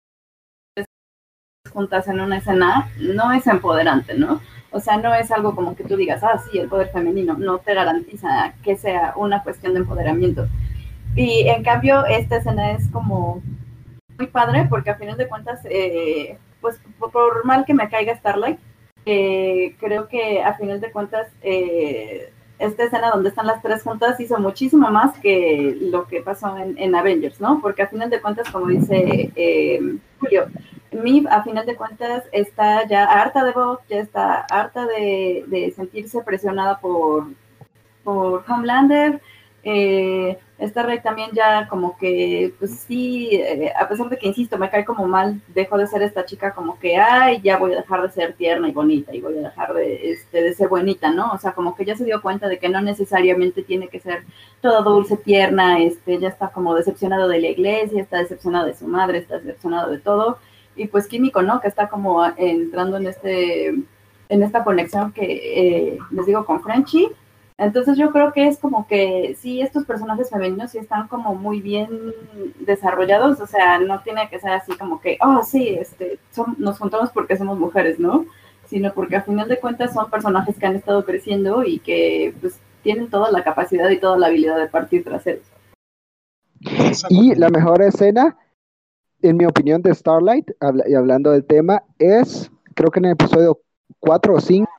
juntas en una escena, no es empoderante, ¿no? O sea, no es algo como que tú digas, ah, sí, el poder femenino, no te garantiza que sea una cuestión de empoderamiento. Y en cambio, esta escena es como muy padre, porque a final de cuentas, pues por mal que me caiga Starlight, creo que a final de cuentas, esta escena donde están las tres juntas hizo muchísimo más que lo que pasó en Avengers, ¿no? Porque a final de cuentas, como dice Julio, Miv, a final de cuentas, está ya harta de Bob, ya está harta de sentirse presionada por Homelander. Starlight también ya como que, pues sí, a pesar de que, insisto, me cae como mal, dejo de ser esta chica como que, ay, ya voy a dejar de ser tierna y bonita y voy a dejar de ser buenita, ¿no? O sea, como que ya se dio cuenta de que no necesariamente tiene que ser toda dulce, tierna, ya está como decepcionado de la iglesia, está decepcionado de su madre, está decepcionado de todo. Y pues Químico, ¿no? Que está como entrando en esta conexión que les digo con Frenchie. Entonces yo creo que es como que sí, estos personajes femeninos sí están como muy bien desarrollados, o sea, no tiene que ser así como que, oh sí, nos juntamos porque somos mujeres, ¿no? Sino porque a final de cuentas son personajes que han estado creciendo y que pues tienen toda la capacidad y toda la habilidad de partir traseros. Y la mejor escena, en mi opinión, de Starlight, y hablando del tema, es, creo que en el episodio 4 o 5,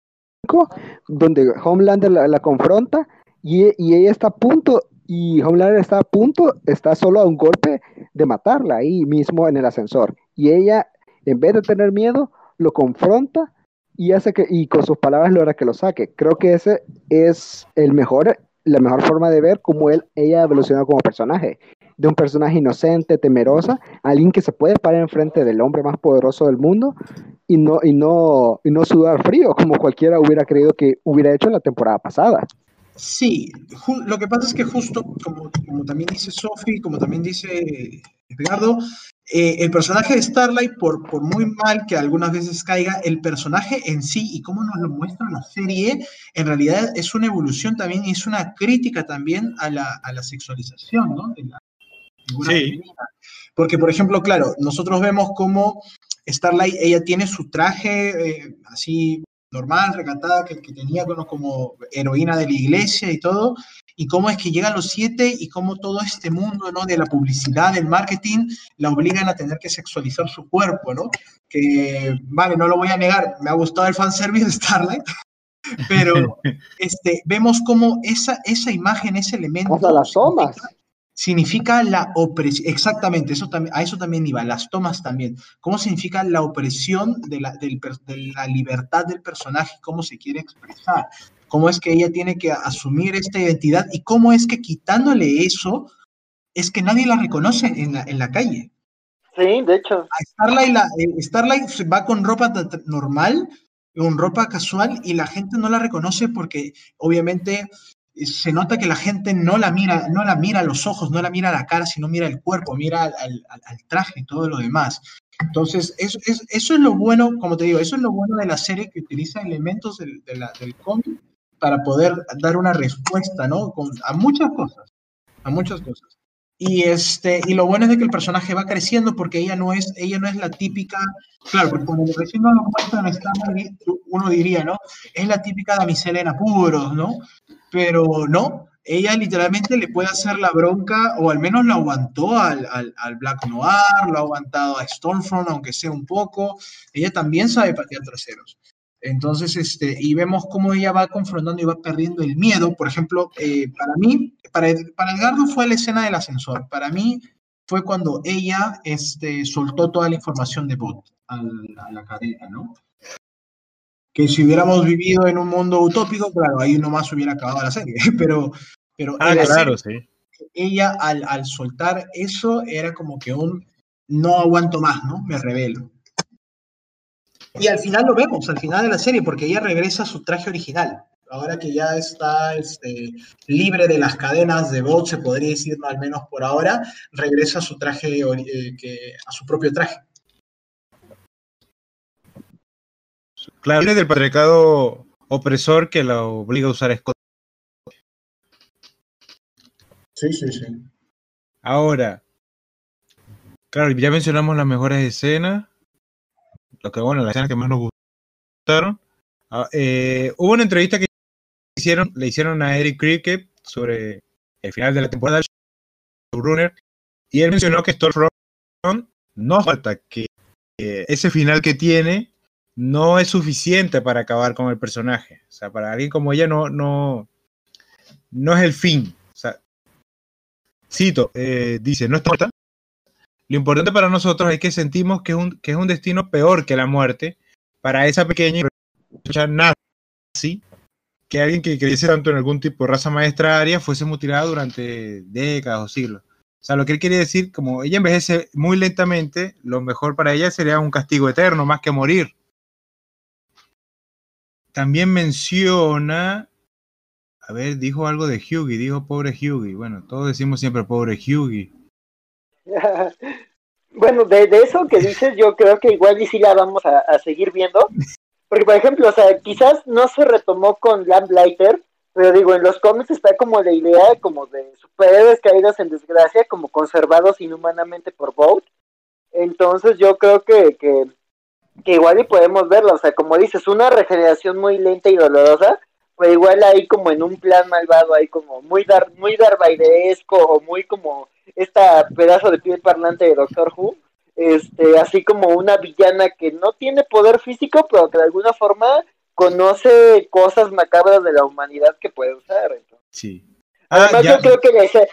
donde Homelander la confronta y ella está a punto, y Homelander está a punto, está solo a un golpe de matarla ahí mismo en el ascensor. Y ella, en vez de tener miedo, lo confronta y con sus palabras logra que lo saque. Creo que ese es la mejor forma de ver cómo ella evoluciona como personaje. De un personaje inocente, temerosa, alguien que se puede parar enfrente del hombre más poderoso del mundo y no sudar frío, como cualquiera hubiera creído que hubiera hecho en la temporada pasada. Sí, lo que pasa es que justo, como también dice Sophie, como también dice Edgardo, el personaje de Starlight, por muy mal que algunas veces caiga, el personaje en sí y cómo nos lo muestra la serie, en realidad es una evolución también y es una crítica también a la sexualización, ¿no? De la figura femenina. Porque, por ejemplo, claro, nosotros vemos cómo Starlight, ella tiene su traje así normal, recatada, que tenía como heroína de la iglesia y todo, y cómo es que llegan los 7 y cómo todo este mundo, ¿no? De la publicidad, del marketing, la obligan a tener que sexualizar su cuerpo, ¿no? Que, vale, no lo voy a negar, me ha gustado el fanservice de Starlight, pero vemos cómo esa imagen, ese elemento... Hasta las tomas. Significa la opresión, exactamente, a eso también iba, las tomas también. ¿Cómo significa la opresión de la libertad del personaje? ¿Cómo se quiere expresar? ¿Cómo es que ella tiene que asumir esta identidad? ¿Y cómo es que quitándole eso, es que nadie la reconoce en la calle? Sí, de hecho. Starlight va con ropa normal, con ropa casual, y la gente no la reconoce porque obviamente... se nota que la gente no la mira a los ojos, no la mira a la cara, sino mira el cuerpo, mira al traje y todo lo demás. Entonces, eso es lo bueno, como te digo, eso es lo bueno de la serie, que utiliza elementos del cómic para poder dar una respuesta, ¿no? A muchas cosas. Y lo bueno es de que el personaje va creciendo porque ella no es la típica, claro, porque cuando recién no lo muestran, uno diría, ¿no? Es la típica damisela en apuros, ¿no? Pero no, ella literalmente le puede hacer la bronca, o al menos lo aguantó al Black Noir, lo ha aguantado a Stormfront, aunque sea un poco. Ella también sabe patear traseros. Entonces, y vemos cómo ella va confrontando y va perdiendo el miedo. Por ejemplo, para mí, para Edgardo fue la escena del ascensor. Para mí fue cuando ella soltó toda la información de Bot a la cadena, ¿no? Que si hubiéramos vivido en un mundo utópico, claro, ahí nomás hubiera acabado la serie. Pero claro, sí. Ella al soltar eso era como que no aguanto más, ¿no? Me rebelo. Y al final lo vemos, al final de la serie, porque ella regresa a su traje original. Ahora que ya está libre de las cadenas de Bot, se podría decir, ¿no? Al menos por ahora, regresa a su traje, a su propio traje. Claro, viene del patriarcado opresor que la obliga a usar escote. Sí. Ahora, claro, ya mencionamos las mejores escenas. Las escenas que más nos gustaron. Hubo una entrevista que le hicieron a Eric Kripke sobre el final de la temporada del showrunner, y él mencionó que Stormfront no falta, que ese final que tiene no es suficiente para acabar con el personaje. O sea, para alguien como ella no es el fin. O sea, cito, dice, no está muerta. Lo importante para nosotros es que sentimos que es un destino peor que la muerte para esa pequeña nazi, que alguien que creyese tanto en algún tipo de raza maestra aria fuese mutilada durante décadas o siglos. O sea, lo que él quiere decir, como ella envejece muy lentamente, lo mejor para ella sería un castigo eterno, más que morir. También menciona, a ver, dijo algo de Hughie, dijo pobre Hughie. Bueno, todos decimos siempre pobre Hughie. Bueno, de eso que dices, yo creo que igual y sí la vamos a seguir viendo. Porque, por ejemplo, o sea, quizás no se retomó con Lamplighter, pero digo, en los cómics está como la idea como de superhéroes caídos en desgracia, como conservados inhumanamente por Vought. Entonces yo creo que igual y podemos verla, o sea, como dices, una regeneración muy lenta y dolorosa, pues igual ahí como en un plan malvado, ahí como muy Darth o muy como esta pedazo de piel parlante de Doctor Who, así como una villana que no tiene poder físico, pero que de alguna forma conoce cosas macabras de la humanidad que puede usar. Entonces. Sí. Además, yo creo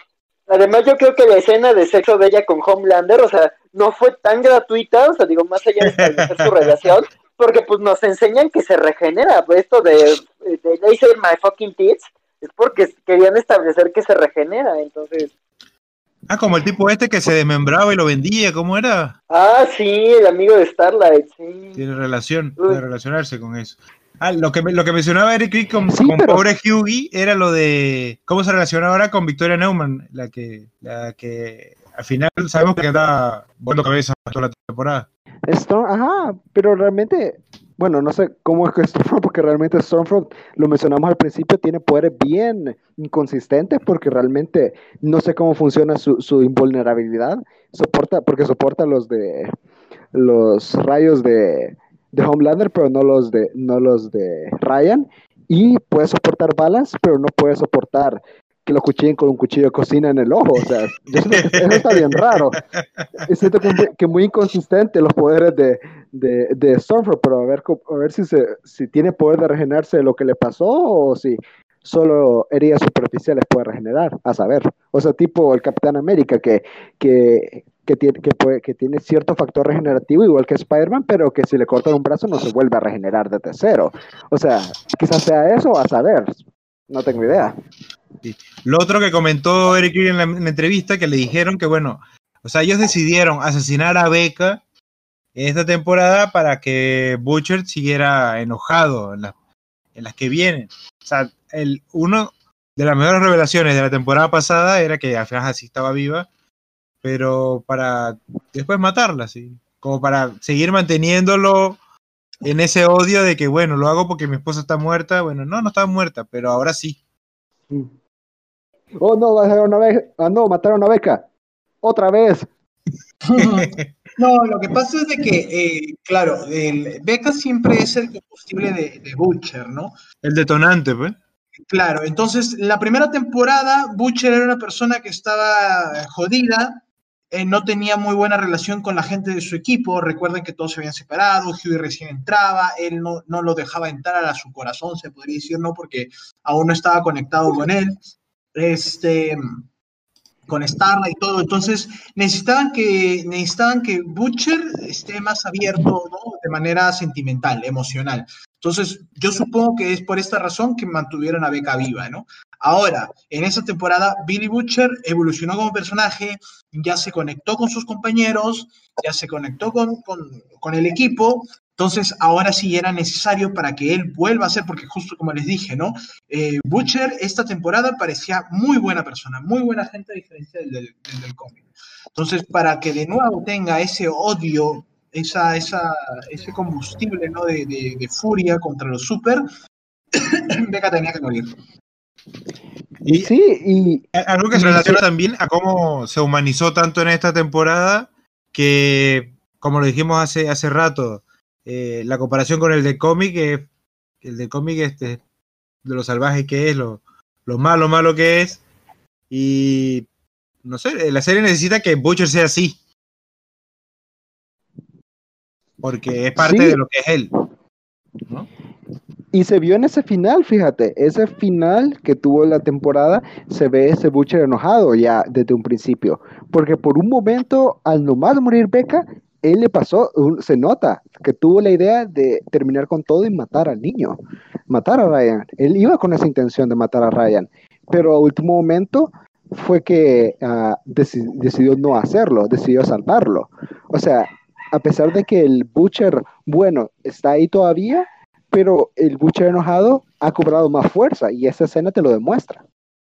que la escena de sexo de ella con Homelander, o sea, no fue tan gratuita, o sea, digo, más allá de establecer su relación, porque pues nos enseñan que se regenera, pues, esto de Laser My Fucking Tits, es porque querían establecer que se regenera, entonces... como el tipo que se desmembraba y lo vendía, ¿cómo era? Sí, el amigo de Starlight, sí. Tiene relacionarse con eso. Lo que mencionaba Eric Kripke con pobre Hughie era lo de cómo se relaciona ahora con Victoria Neuman, la que al final sabemos que anda volando cabeza toda la temporada. Pero realmente, bueno, no sé cómo es que Stormfront, porque realmente Stormfront, lo mencionamos al principio, tiene poderes bien inconsistentes, porque realmente no sé cómo funciona su invulnerabilidad, porque soporta los rayos de Homelander, pero no los de Ryan, y puede soportar balas, pero no puede soportar que lo cuchillen con un cuchillo de cocina en el ojo. O sea, yo siento que eso está bien raro. Siento que muy inconsistente los poderes de Stormfront, pero a ver si tiene poder de regenerarse de lo que le pasó, o si solo heridas superficiales puede regenerar, a saber. O sea, tipo el Capitán América, que tiene cierto factor regenerativo, igual que Spider-Man, pero que si le cortan un brazo no se vuelve a regenerar desde cero. O sea, quizás sea eso, a saber. No tengo idea. Sí. Lo otro que comentó Eric en la entrevista, que le dijeron que, bueno, o sea, ellos decidieron asesinar a Becca esta temporada para que Butcher siguiera enojado en las que vienen. O sea, uno de las mejores revelaciones de la temporada pasada era que al final así estaba viva, pero para después matarla, ¿sí? Como para seguir manteniéndolo en ese odio de que, bueno, lo hago porque mi esposa está muerta. Bueno, no estaba muerta, pero ahora sí. Oh, no, mataron a Becca. Otra vez. No, lo que pasa es de que, claro, Becca siempre es el combustible de Butcher, ¿no? El detonante, pues. Claro, entonces la primera temporada Butcher era una persona que estaba jodida no tenía muy buena relación con la gente de su equipo. Recuerden que todos se habían separado, Hughie recién entraba, él no lo dejaba entrar a su corazón, se podría decir, ¿no? Porque aún no estaba conectado con él, con Starla y todo. Entonces necesitaban que Butcher esté más abierto, ¿no? De manera sentimental, emocional. Entonces yo supongo que es por esta razón que mantuvieron a Becca viva, ¿no? Ahora, en esa temporada, Billy Butcher evolucionó como personaje, ya se conectó con sus compañeros, ya se conectó con el equipo. Entonces, ahora sí era necesario para que él vuelva a ser, porque justo como les dije, ¿no? Butcher esta temporada parecía muy buena persona, muy buena gente a diferencia del cómic. Entonces, para que de nuevo tenga ese odio, ese combustible, ¿no? de furia contra los super, Becca tenía que morir. Y sí, y algo que se relaciona también a cómo se humanizó tanto en esta temporada, que como lo dijimos hace rato, la comparación con el de cómic, de lo salvaje que es, lo malo que es, y no sé, la serie necesita que Butcher sea así, porque es parte de lo que es él, ¿no? Y se vio en ese final, fíjate, ese final que tuvo la temporada, se ve ese Butcher enojado ya desde un principio, porque por un momento, al nomás morir Becca, él le pasó, se nota que tuvo la idea de terminar con todo y matar al niño, matar a Ryan. Él iba con esa intención de matar a Ryan, pero a último momento fue que decidió no hacerlo, decidió salvarlo. O sea, a pesar de que el Butcher, bueno, está ahí todavía, pero el Butcher enojado ha cobrado más fuerza y esa escena te lo demuestra.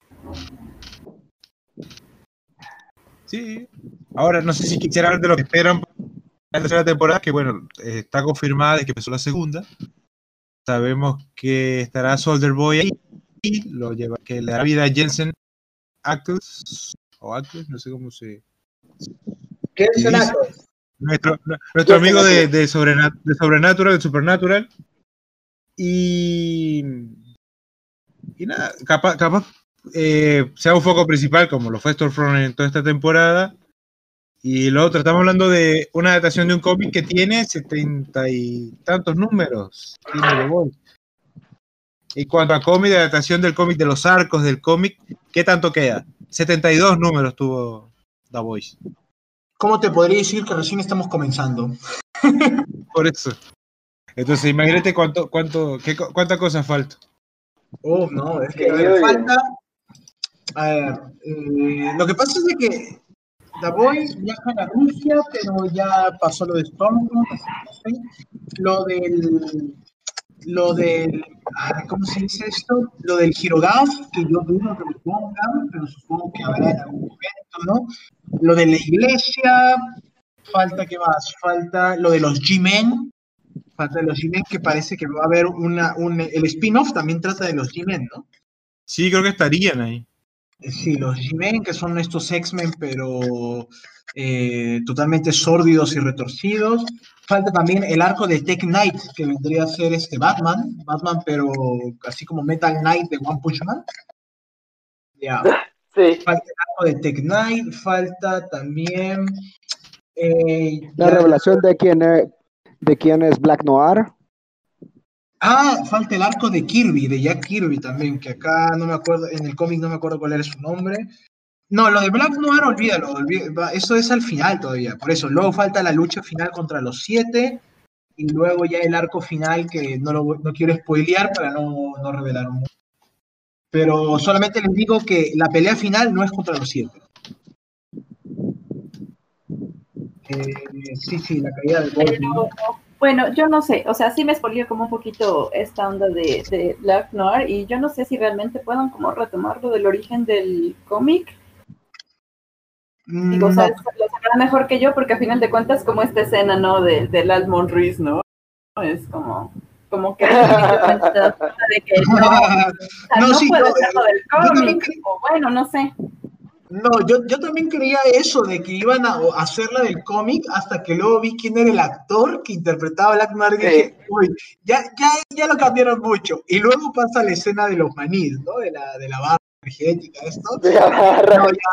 Sí. Ahora, no sé si quisiera hablar de lo que esperan para la tercera temporada, que bueno, está confirmada de que empezó la segunda. Sabemos que estará Soldier Boy ahí, que le dará vida a Jensen Ackles, no sé cómo se... ¿Qué es el Ackles? Nuestro amigo de Supernatural, y nada, capaz sea un foco principal como lo fue Stormfront en toda esta temporada. Y lo otro, estamos hablando de una adaptación de un cómic que tiene 70 y tantos números. Y cuanto a cómic, de adaptación del cómic, de los arcos del cómic, ¿qué tanto queda? 72 números tuvo The Voice. ¿Cómo te podría decir que recién estamos comenzando? Por eso. Entonces, imagínate cuánta cosa falta. Oh, no, es que falta... A ver, lo que pasa es de que The Boys viaja a Rusia, pero ya pasó lo de Stormfront, lo del ¿cómo se dice esto? Lo del Hirogaf, que yo dudo que lo pongan, pero supongo que habrá en algún momento, ¿no? Lo de la iglesia, falta, ¿qué más? Falta lo de los G-Men, que parece que va a haber el spin-off también trata de los G-Men, ¿no? Sí, creo que estarían ahí. Sí, los G-Men, que son estos X-Men, pero totalmente sórdidos y retorcidos. Falta también el arco de Tech Knight, que vendría a ser Batman, pero así como Metal Knight de One Punch Man. Ya. Sí. Falta el arco de Tech Knight, falta también... la revelación de quién es Black Noir. Falta el arco de Kirby, de Jack Kirby también, que acá no me acuerdo, en el cómic no me acuerdo cuál era su nombre. No, lo de Black Noir, olvídalo, eso es al final todavía, por eso. Luego falta la lucha final contra los 7, y luego ya el arco final, que no quiero spoilear para no revelar mucho. Pero solamente les digo que la pelea final no es contra los 7. Sí, la caída del Boy. Bueno, yo no sé, o sea, sí me spoileó como un poquito esta onda de Black Noir, y yo no sé si realmente puedan como retomarlo del origen del cómic. Digo, o sea, lo sabrá mejor que yo, porque a final de cuentas como esta escena, ¿no? Del Almond Reese, ¿no? Es como que definitivamente te das cuenta de que no puede ser lo del cómic, o bueno, no sé. No, yo también creía eso, de que iban a hacerla del cómic, hasta que luego vi quién era el actor que interpretaba a Black Noir y dije, uy, ya lo cambiaron mucho. Y luego pasa la escena de los manís, ¿no? De la barra energética, esto.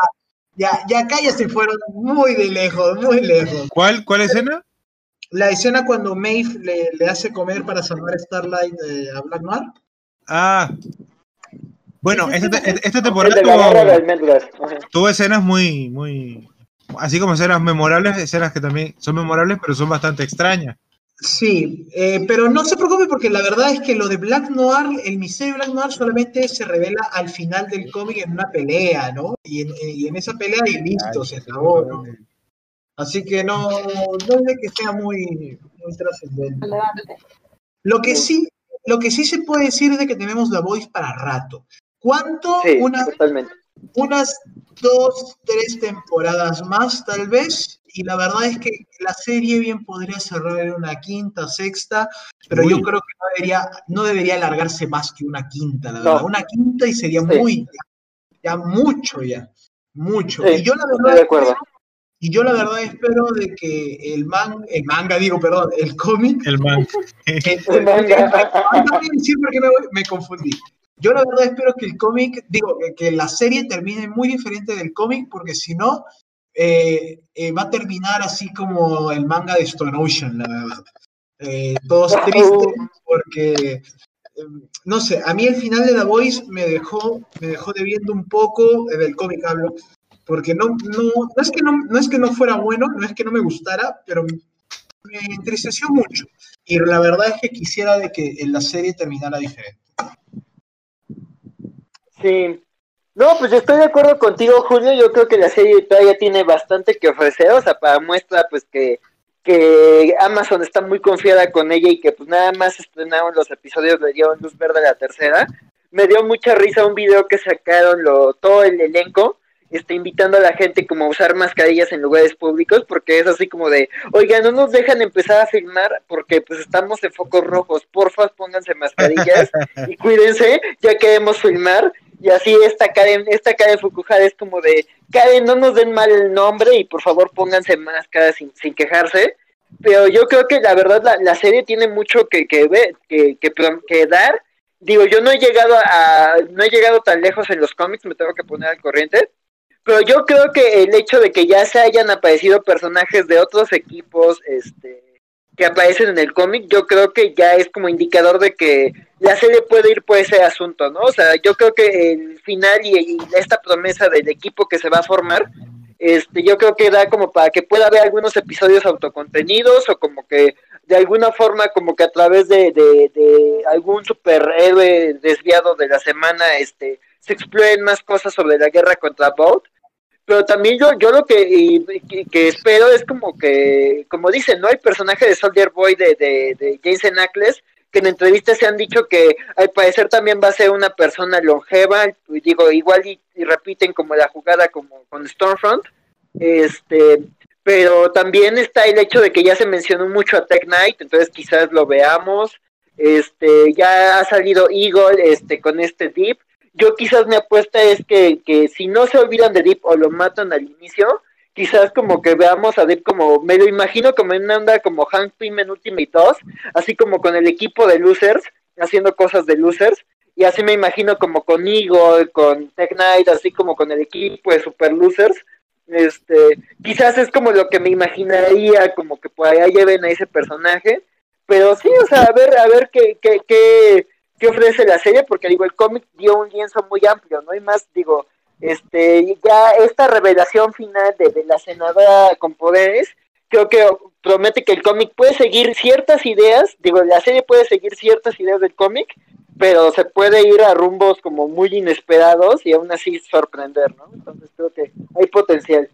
Ya acá ya se fueron muy de lejos, muy lejos. ¿Cuál escena? La escena cuando Maeve le hace comer para salvar a Starlight a Black Noir. Ah, bueno, Sí, sí, sí. esta El temporada de la garra de almendras. Ajá. tuvo escenas muy, así como escenas memorables, escenas que también son memorables, pero son bastante extrañas. Sí, pero no se preocupe porque la verdad es que lo de Black Noir, el misterio de Black Noir solamente se revela al final del cómic en una pelea, ¿no? Y en esa pelea y listo, se acabó, ¿no? Así que no es de que sea muy trascendente. Relevante. Lo que sí se puede decir es de que tenemos The Voice para rato. ¿Cuánto? Sí, totalmente. Unas 2, 3 temporadas más, tal vez. Y la verdad es que la serie bien podría cerrar en una quinta, sexta, pero yo creo que no debería alargarse más que una quinta, la verdad. No. Una quinta y sería Sí. mucho ya. Mucho. Sí, estoy de acuerdo. Y yo la verdad espero de que el manga, digo, perdón, el cómic. El man. El manga. Sí, porque me confundí. Yo la verdad espero que el cómic, digo, que la serie termine muy diferente del cómic, porque si no, va a terminar así como el manga de Stone Ocean, la verdad. Todos tristes, porque, no sé, a mí el final de The Voice me dejó debiendo un poco, del cómic hablo, porque no es que no fuera bueno, no es que no me gustara, pero me entristeció mucho. Y la verdad es que quisiera de que en la serie terminara diferente. Sí. No, pues estoy de acuerdo contigo, Julio. Yo creo que la serie todavía tiene bastante que ofrecer. O sea, para muestra, pues que Amazon está muy confiada con ella y que pues nada más estrenaron los episodios, le dieron luz verde a la tercera. Me dio mucha risa un video que sacaron todo el elenco, invitando a la gente como a usar mascarillas en lugares públicos, porque es así como de, oiga, no nos dejan empezar a filmar porque pues estamos en focos rojos, porfa, pónganse mascarillas y cuídense, ya queremos filmar. Y así esta Karen Fukuhara es como de, Karen, no nos den mal el nombre y por favor pónganse máscaras sin quejarse. Pero yo creo que la verdad la serie tiene mucho que dar. Digo, yo no he llegado tan lejos en los cómics, me tengo que poner al corriente. Pero yo creo que el hecho de que ya se hayan aparecido personajes de otros equipos, que aparecen en el cómic, yo creo que ya es como indicador de que la serie puede ir por ese asunto, ¿no? O sea, yo creo que el final y esta promesa del equipo que se va a formar, yo creo que da como para que pueda haber algunos episodios autocontenidos o como que de alguna forma como que a través de algún superhéroe desviado de la semana, se exploren más cosas sobre la guerra contra Bolt. Pero también yo lo que espero es como que, como dicen, ¿no? El personaje de Soldier Boy de Jensen Ackles, que en entrevistas se han dicho que al parecer también va a ser una persona longeva, digo, igual y repiten como la jugada como con Stormfront, pero también está el hecho de que ya se mencionó mucho a Tech Knight, entonces quizás lo veamos, ya ha salido Eagle, con Deep. Yo quizás mi apuesta es que si no se olvidan de Deep o lo matan al inicio, quizás como que veamos a Deep como, me lo imagino como en una onda como Hank Pym en Ultimate 2, así como con el equipo de Losers, haciendo cosas de Losers, y así me imagino como con Eagle, con Tech Knight, así como con el equipo de Super Losers. Quizás es como lo que me imaginaría, como que por allá lleven a ese personaje, pero sí, o sea, a ver qué ofrece la serie, porque digo, el cómic dio un lienzo muy amplio, ¿no? Y más, digo, ya esta revelación final de la senadora con poderes, creo que promete que el cómic puede seguir ciertas ideas, digo, la serie puede seguir ciertas ideas del cómic, pero se puede ir a rumbos como muy inesperados y aún así sorprender, ¿no? Entonces creo que hay potencial.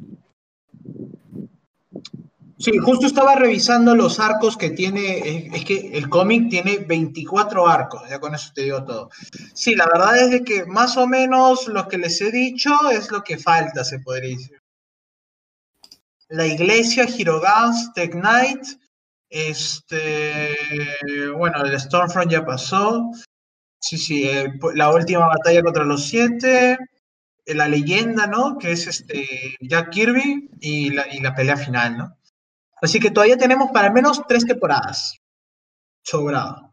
Sí, justo estaba revisando los arcos que tiene, es que el cómic tiene 24 arcos, ya con eso te digo todo. Sí, la verdad es de que más o menos lo que les he dicho es lo que falta, se podría decir. La iglesia, Hirogas, Tech Knight, bueno, el Stormfront ya pasó, sí, la última batalla contra los 7, la leyenda, ¿no? Que es Jack Kirby y la pelea final, ¿no? Así que todavía tenemos para al menos 3 temporadas. Sobrado.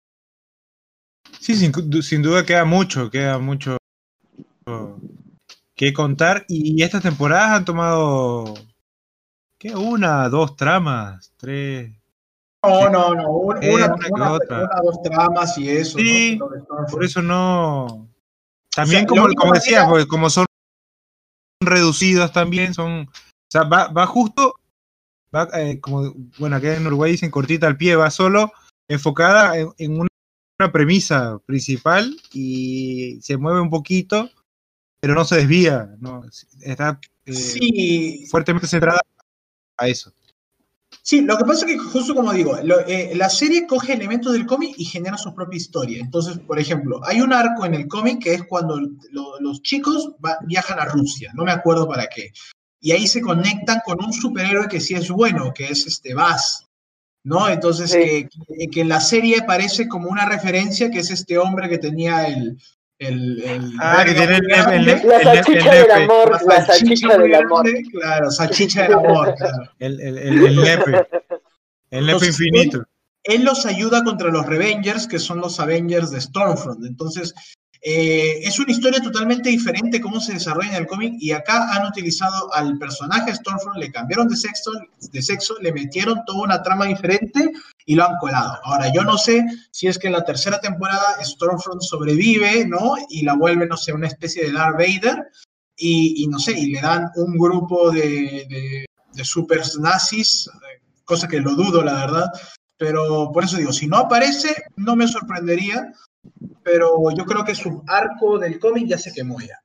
Sí, sin duda queda mucho que contar. Y estas temporadas han tomado, ¿qué? 1, 2 tramas, 3. No, Una que otra. 2 tramas y eso, Sí, ¿no? por eso no. O sea, También, como decía, porque como son reducidos también, son. O sea, va justo, va como, bueno, acá en Uruguay dicen cortita al pie, va solo, enfocada en una premisa principal y se mueve un poquito, pero no se desvía, ¿no? Está sí, fuertemente centrada a eso. sí, lo que pasa es que justo como digo, la serie coge elementos del cómic y genera su propia historia. Entonces, por ejemplo, hay un arco en el cómic que es cuando los chicos viajan a Rusia, no me acuerdo para qué. Y ahí se conectan con un superhéroe que sí es bueno, que es Buzz, ¿no? Entonces, Sí. que en la serie parece como una referencia, que es este hombre que tenía el Que tiene muy grande, La salchicha del amor, la la salchicha muy del amor. grande, claro, salchicha del amor, claro. El nepe. El nepe Entonces, infinito. él los ayuda contra los Revengers, que son los Avengers de Stormfront. Entonces, es una historia totalmente diferente cómo se desarrolla en el cómic y acá han utilizado al personaje Stormfront, le cambiaron de sexo, le metieron toda una trama diferente y lo han colado. Ahora, yo no sé si es que en la tercera temporada Stormfront sobrevive, ¿no? Y la vuelve, no sé, una especie de Darth Vader y no sé, y le dan un grupo de super nazis, cosa que lo dudo, la verdad. Pero por eso digo, si no aparece, no me sorprendería, pero yo creo que su arco del cómic ya se quemó ya.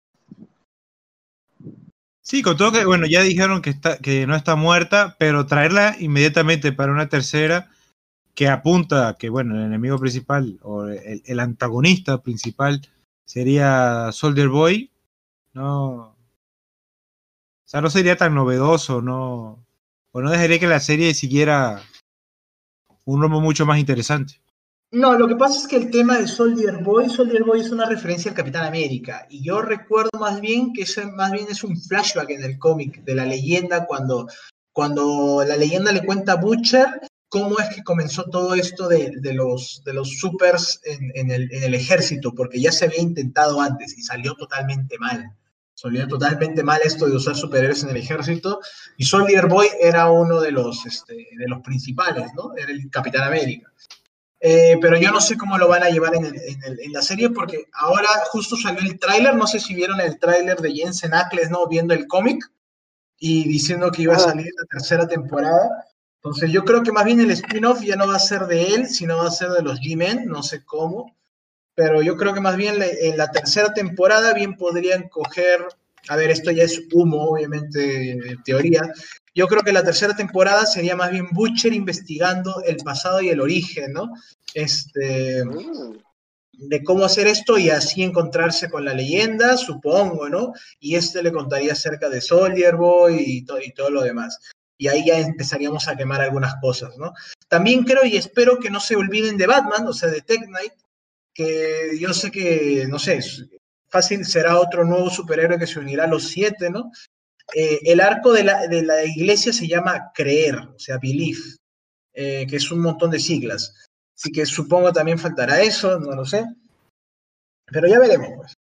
Sí, con todo que, bueno, ya dijeron que no está muerta, pero traerla inmediatamente para una tercera que apunta a que, bueno, el enemigo principal o el antagonista principal sería Soldier Boy, no, o sea, no sería tan novedoso, no, o no dejaría que la serie siguiera un rumbo mucho más interesante. No, lo que pasa es que el tema de Soldier Boy es una referencia al Capitán América, y yo recuerdo más bien que ese más bien es un flashback en el cómic de la leyenda cuando la leyenda le cuenta a Butcher cómo es que comenzó todo esto de los supers en el ejército, porque ya se había intentado antes y salió totalmente mal. Salió totalmente mal esto de usar superhéroes en el ejército, y Soldier Boy era uno de los principales, ¿no? Era el Capitán América. Pero yo no sé cómo lo van a llevar en la serie, porque ahora justo salió el tráiler, no sé si vieron el tráiler de Jensen Ackles, ¿no? Viendo el cómic y diciendo que iba a salir en la tercera temporada. Entonces yo creo que más bien el spin-off ya no va a ser de él, sino va a ser de los G-Men, no sé cómo, pero yo creo que más bien en la tercera temporada bien podrían coger, a ver, esto ya es humo, obviamente, en teoría. Yo creo que la tercera temporada sería más bien Butcher investigando el pasado y el origen, ¿no? De cómo hacer esto y así encontrarse con la leyenda, supongo, ¿no? Y le contaría acerca de Soldier Boy y todo lo demás. Y ahí ya empezaríamos a quemar algunas cosas, ¿no? También creo y espero que no se olviden de Batman, o sea, de Tech Knight, que yo sé que, no sé, fácil será otro nuevo superhéroe que se unirá a los 7, ¿no? El arco de la iglesia se llama creer, o sea, belief, que es un montón de siglas. Así que supongo también faltará eso, no lo sé. Pero ya veremos, pues.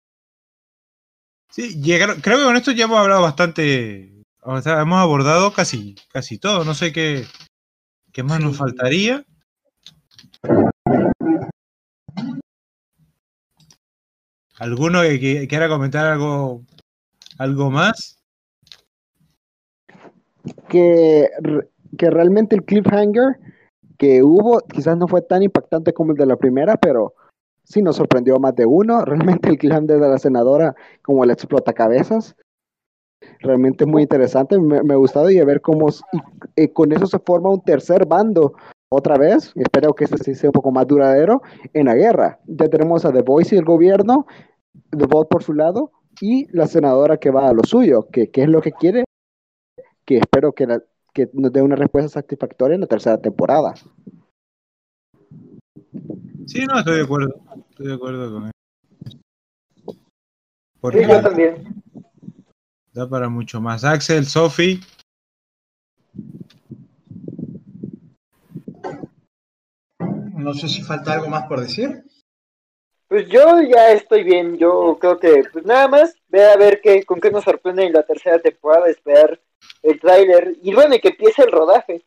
Sí, creo que con esto ya hemos hablado bastante, o sea, hemos abordado casi todo, no sé qué más nos faltaría. ¿Alguno que quiera comentar algo más? Que realmente el cliffhanger que hubo quizás no fue tan impactante como el de la primera, pero sí nos sorprendió más de uno. Realmente el cliffhanger de la senadora como el explotacabezas, realmente muy interesante, me ha gustado y a ver cómo con eso se forma un tercer bando otra vez, espero que este sí sea un poco más duradero en la guerra. Ya tenemos a The Voice y el gobierno, The Vote por su lado, y la senadora que va a lo suyo, que es lo que quiere, que espero que nos dé una respuesta satisfactoria en la tercera temporada. Sí, no, estoy de acuerdo con eso. Porque Sí, yo también. da para mucho más. Axel, Sophie. No sé si falta algo más por decir. Pues yo ya estoy bien, yo creo que pues nada más, ve a ver con qué nos sorprende en la tercera temporada, esperar el tráiler, y bueno, y que empiece el rodaje.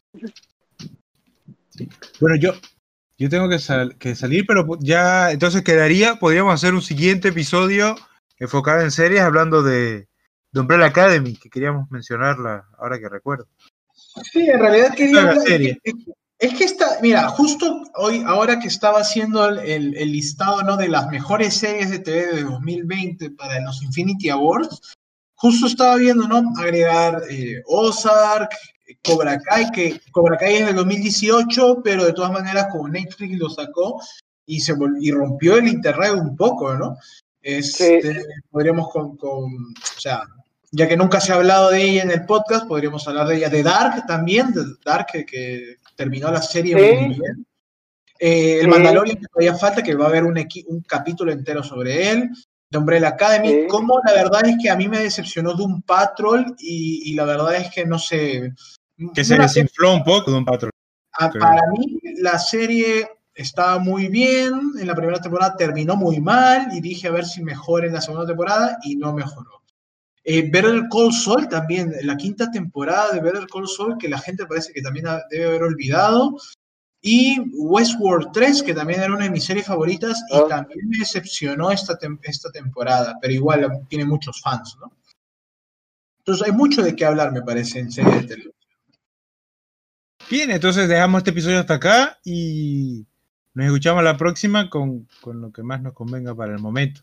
Bueno, yo tengo que salir, pero ya entonces podríamos hacer un siguiente episodio enfocado en series hablando de Umbrella Academy, que queríamos mencionarla ahora que recuerdo. Sí, en realidad quería la hablar. serie. Es que mira, justo hoy, ahora que estaba haciendo el listado, ¿no?, de las mejores series de TV de 2020 para los Infinity Awards, justo estaba viendo, ¿no?, agregar Ozark, Cobra Kai, que Cobra Kai es del 2018, pero de todas maneras como Netflix lo sacó y rompió el internet un poco, ¿no? Sí. Podríamos o sea, ya que nunca se ha hablado de ella en el podcast, podríamos hablar de ella. De Dark también, de Dark que terminó la serie muy bien. El Mandalorian, que todavía falta, que va a haber un capítulo entero sobre él. De Umbrella Academy, como la verdad es que a mí me decepcionó Doom Patrol y la verdad es que no sé. Que se desinfló un poco Doom Patrol. Para mí la serie estaba muy bien, en la primera temporada terminó muy mal y dije a ver si mejora en la segunda temporada y no mejoró. Better Call Saul también, la quinta temporada de Better Call Saul, que la gente parece que también debe haber olvidado. Y Westworld 3, que también era una de mis series favoritas y también me decepcionó esta temporada, pero igual tiene muchos fans, ¿no? Entonces hay mucho de qué hablar, me parece, en series de televisión. Bien, entonces dejamos este episodio hasta acá y nos escuchamos la próxima con lo que más nos convenga para el momento.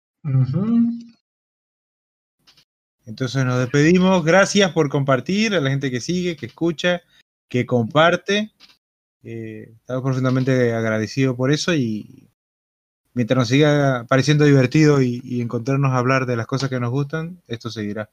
Entonces nos despedimos. Gracias por compartir, a la gente que sigue, que escucha, que comparte. Estamos profundamente agradecidos por eso y mientras nos siga pareciendo divertido y encontrarnos a hablar de las cosas que nos gustan, esto seguirá.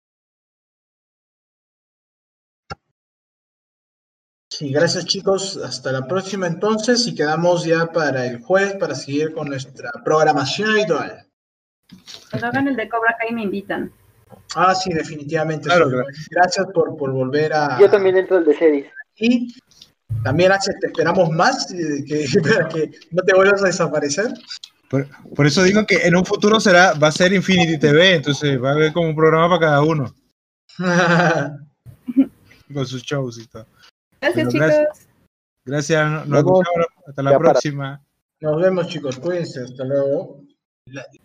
Sí, gracias chicos, hasta la próxima entonces y quedamos ya para el jueves para seguir con nuestra programación habitual. Cuando hagan el de Cobra Kai me invitan. Ah, sí, definitivamente. Claro, sí. Gracias por volver a... Yo también entro al de series. Y también, Axel, te esperamos más para que no te vuelvas a desaparecer. Por eso digo que en un futuro va a ser Infinity TV, entonces va a haber como un programa para cada uno. Con sus shows y todo. Gracias, chicos. Gracias, nos escuchamos. Hasta la próxima. Nos vemos, chicos. Cuídense. Hasta luego.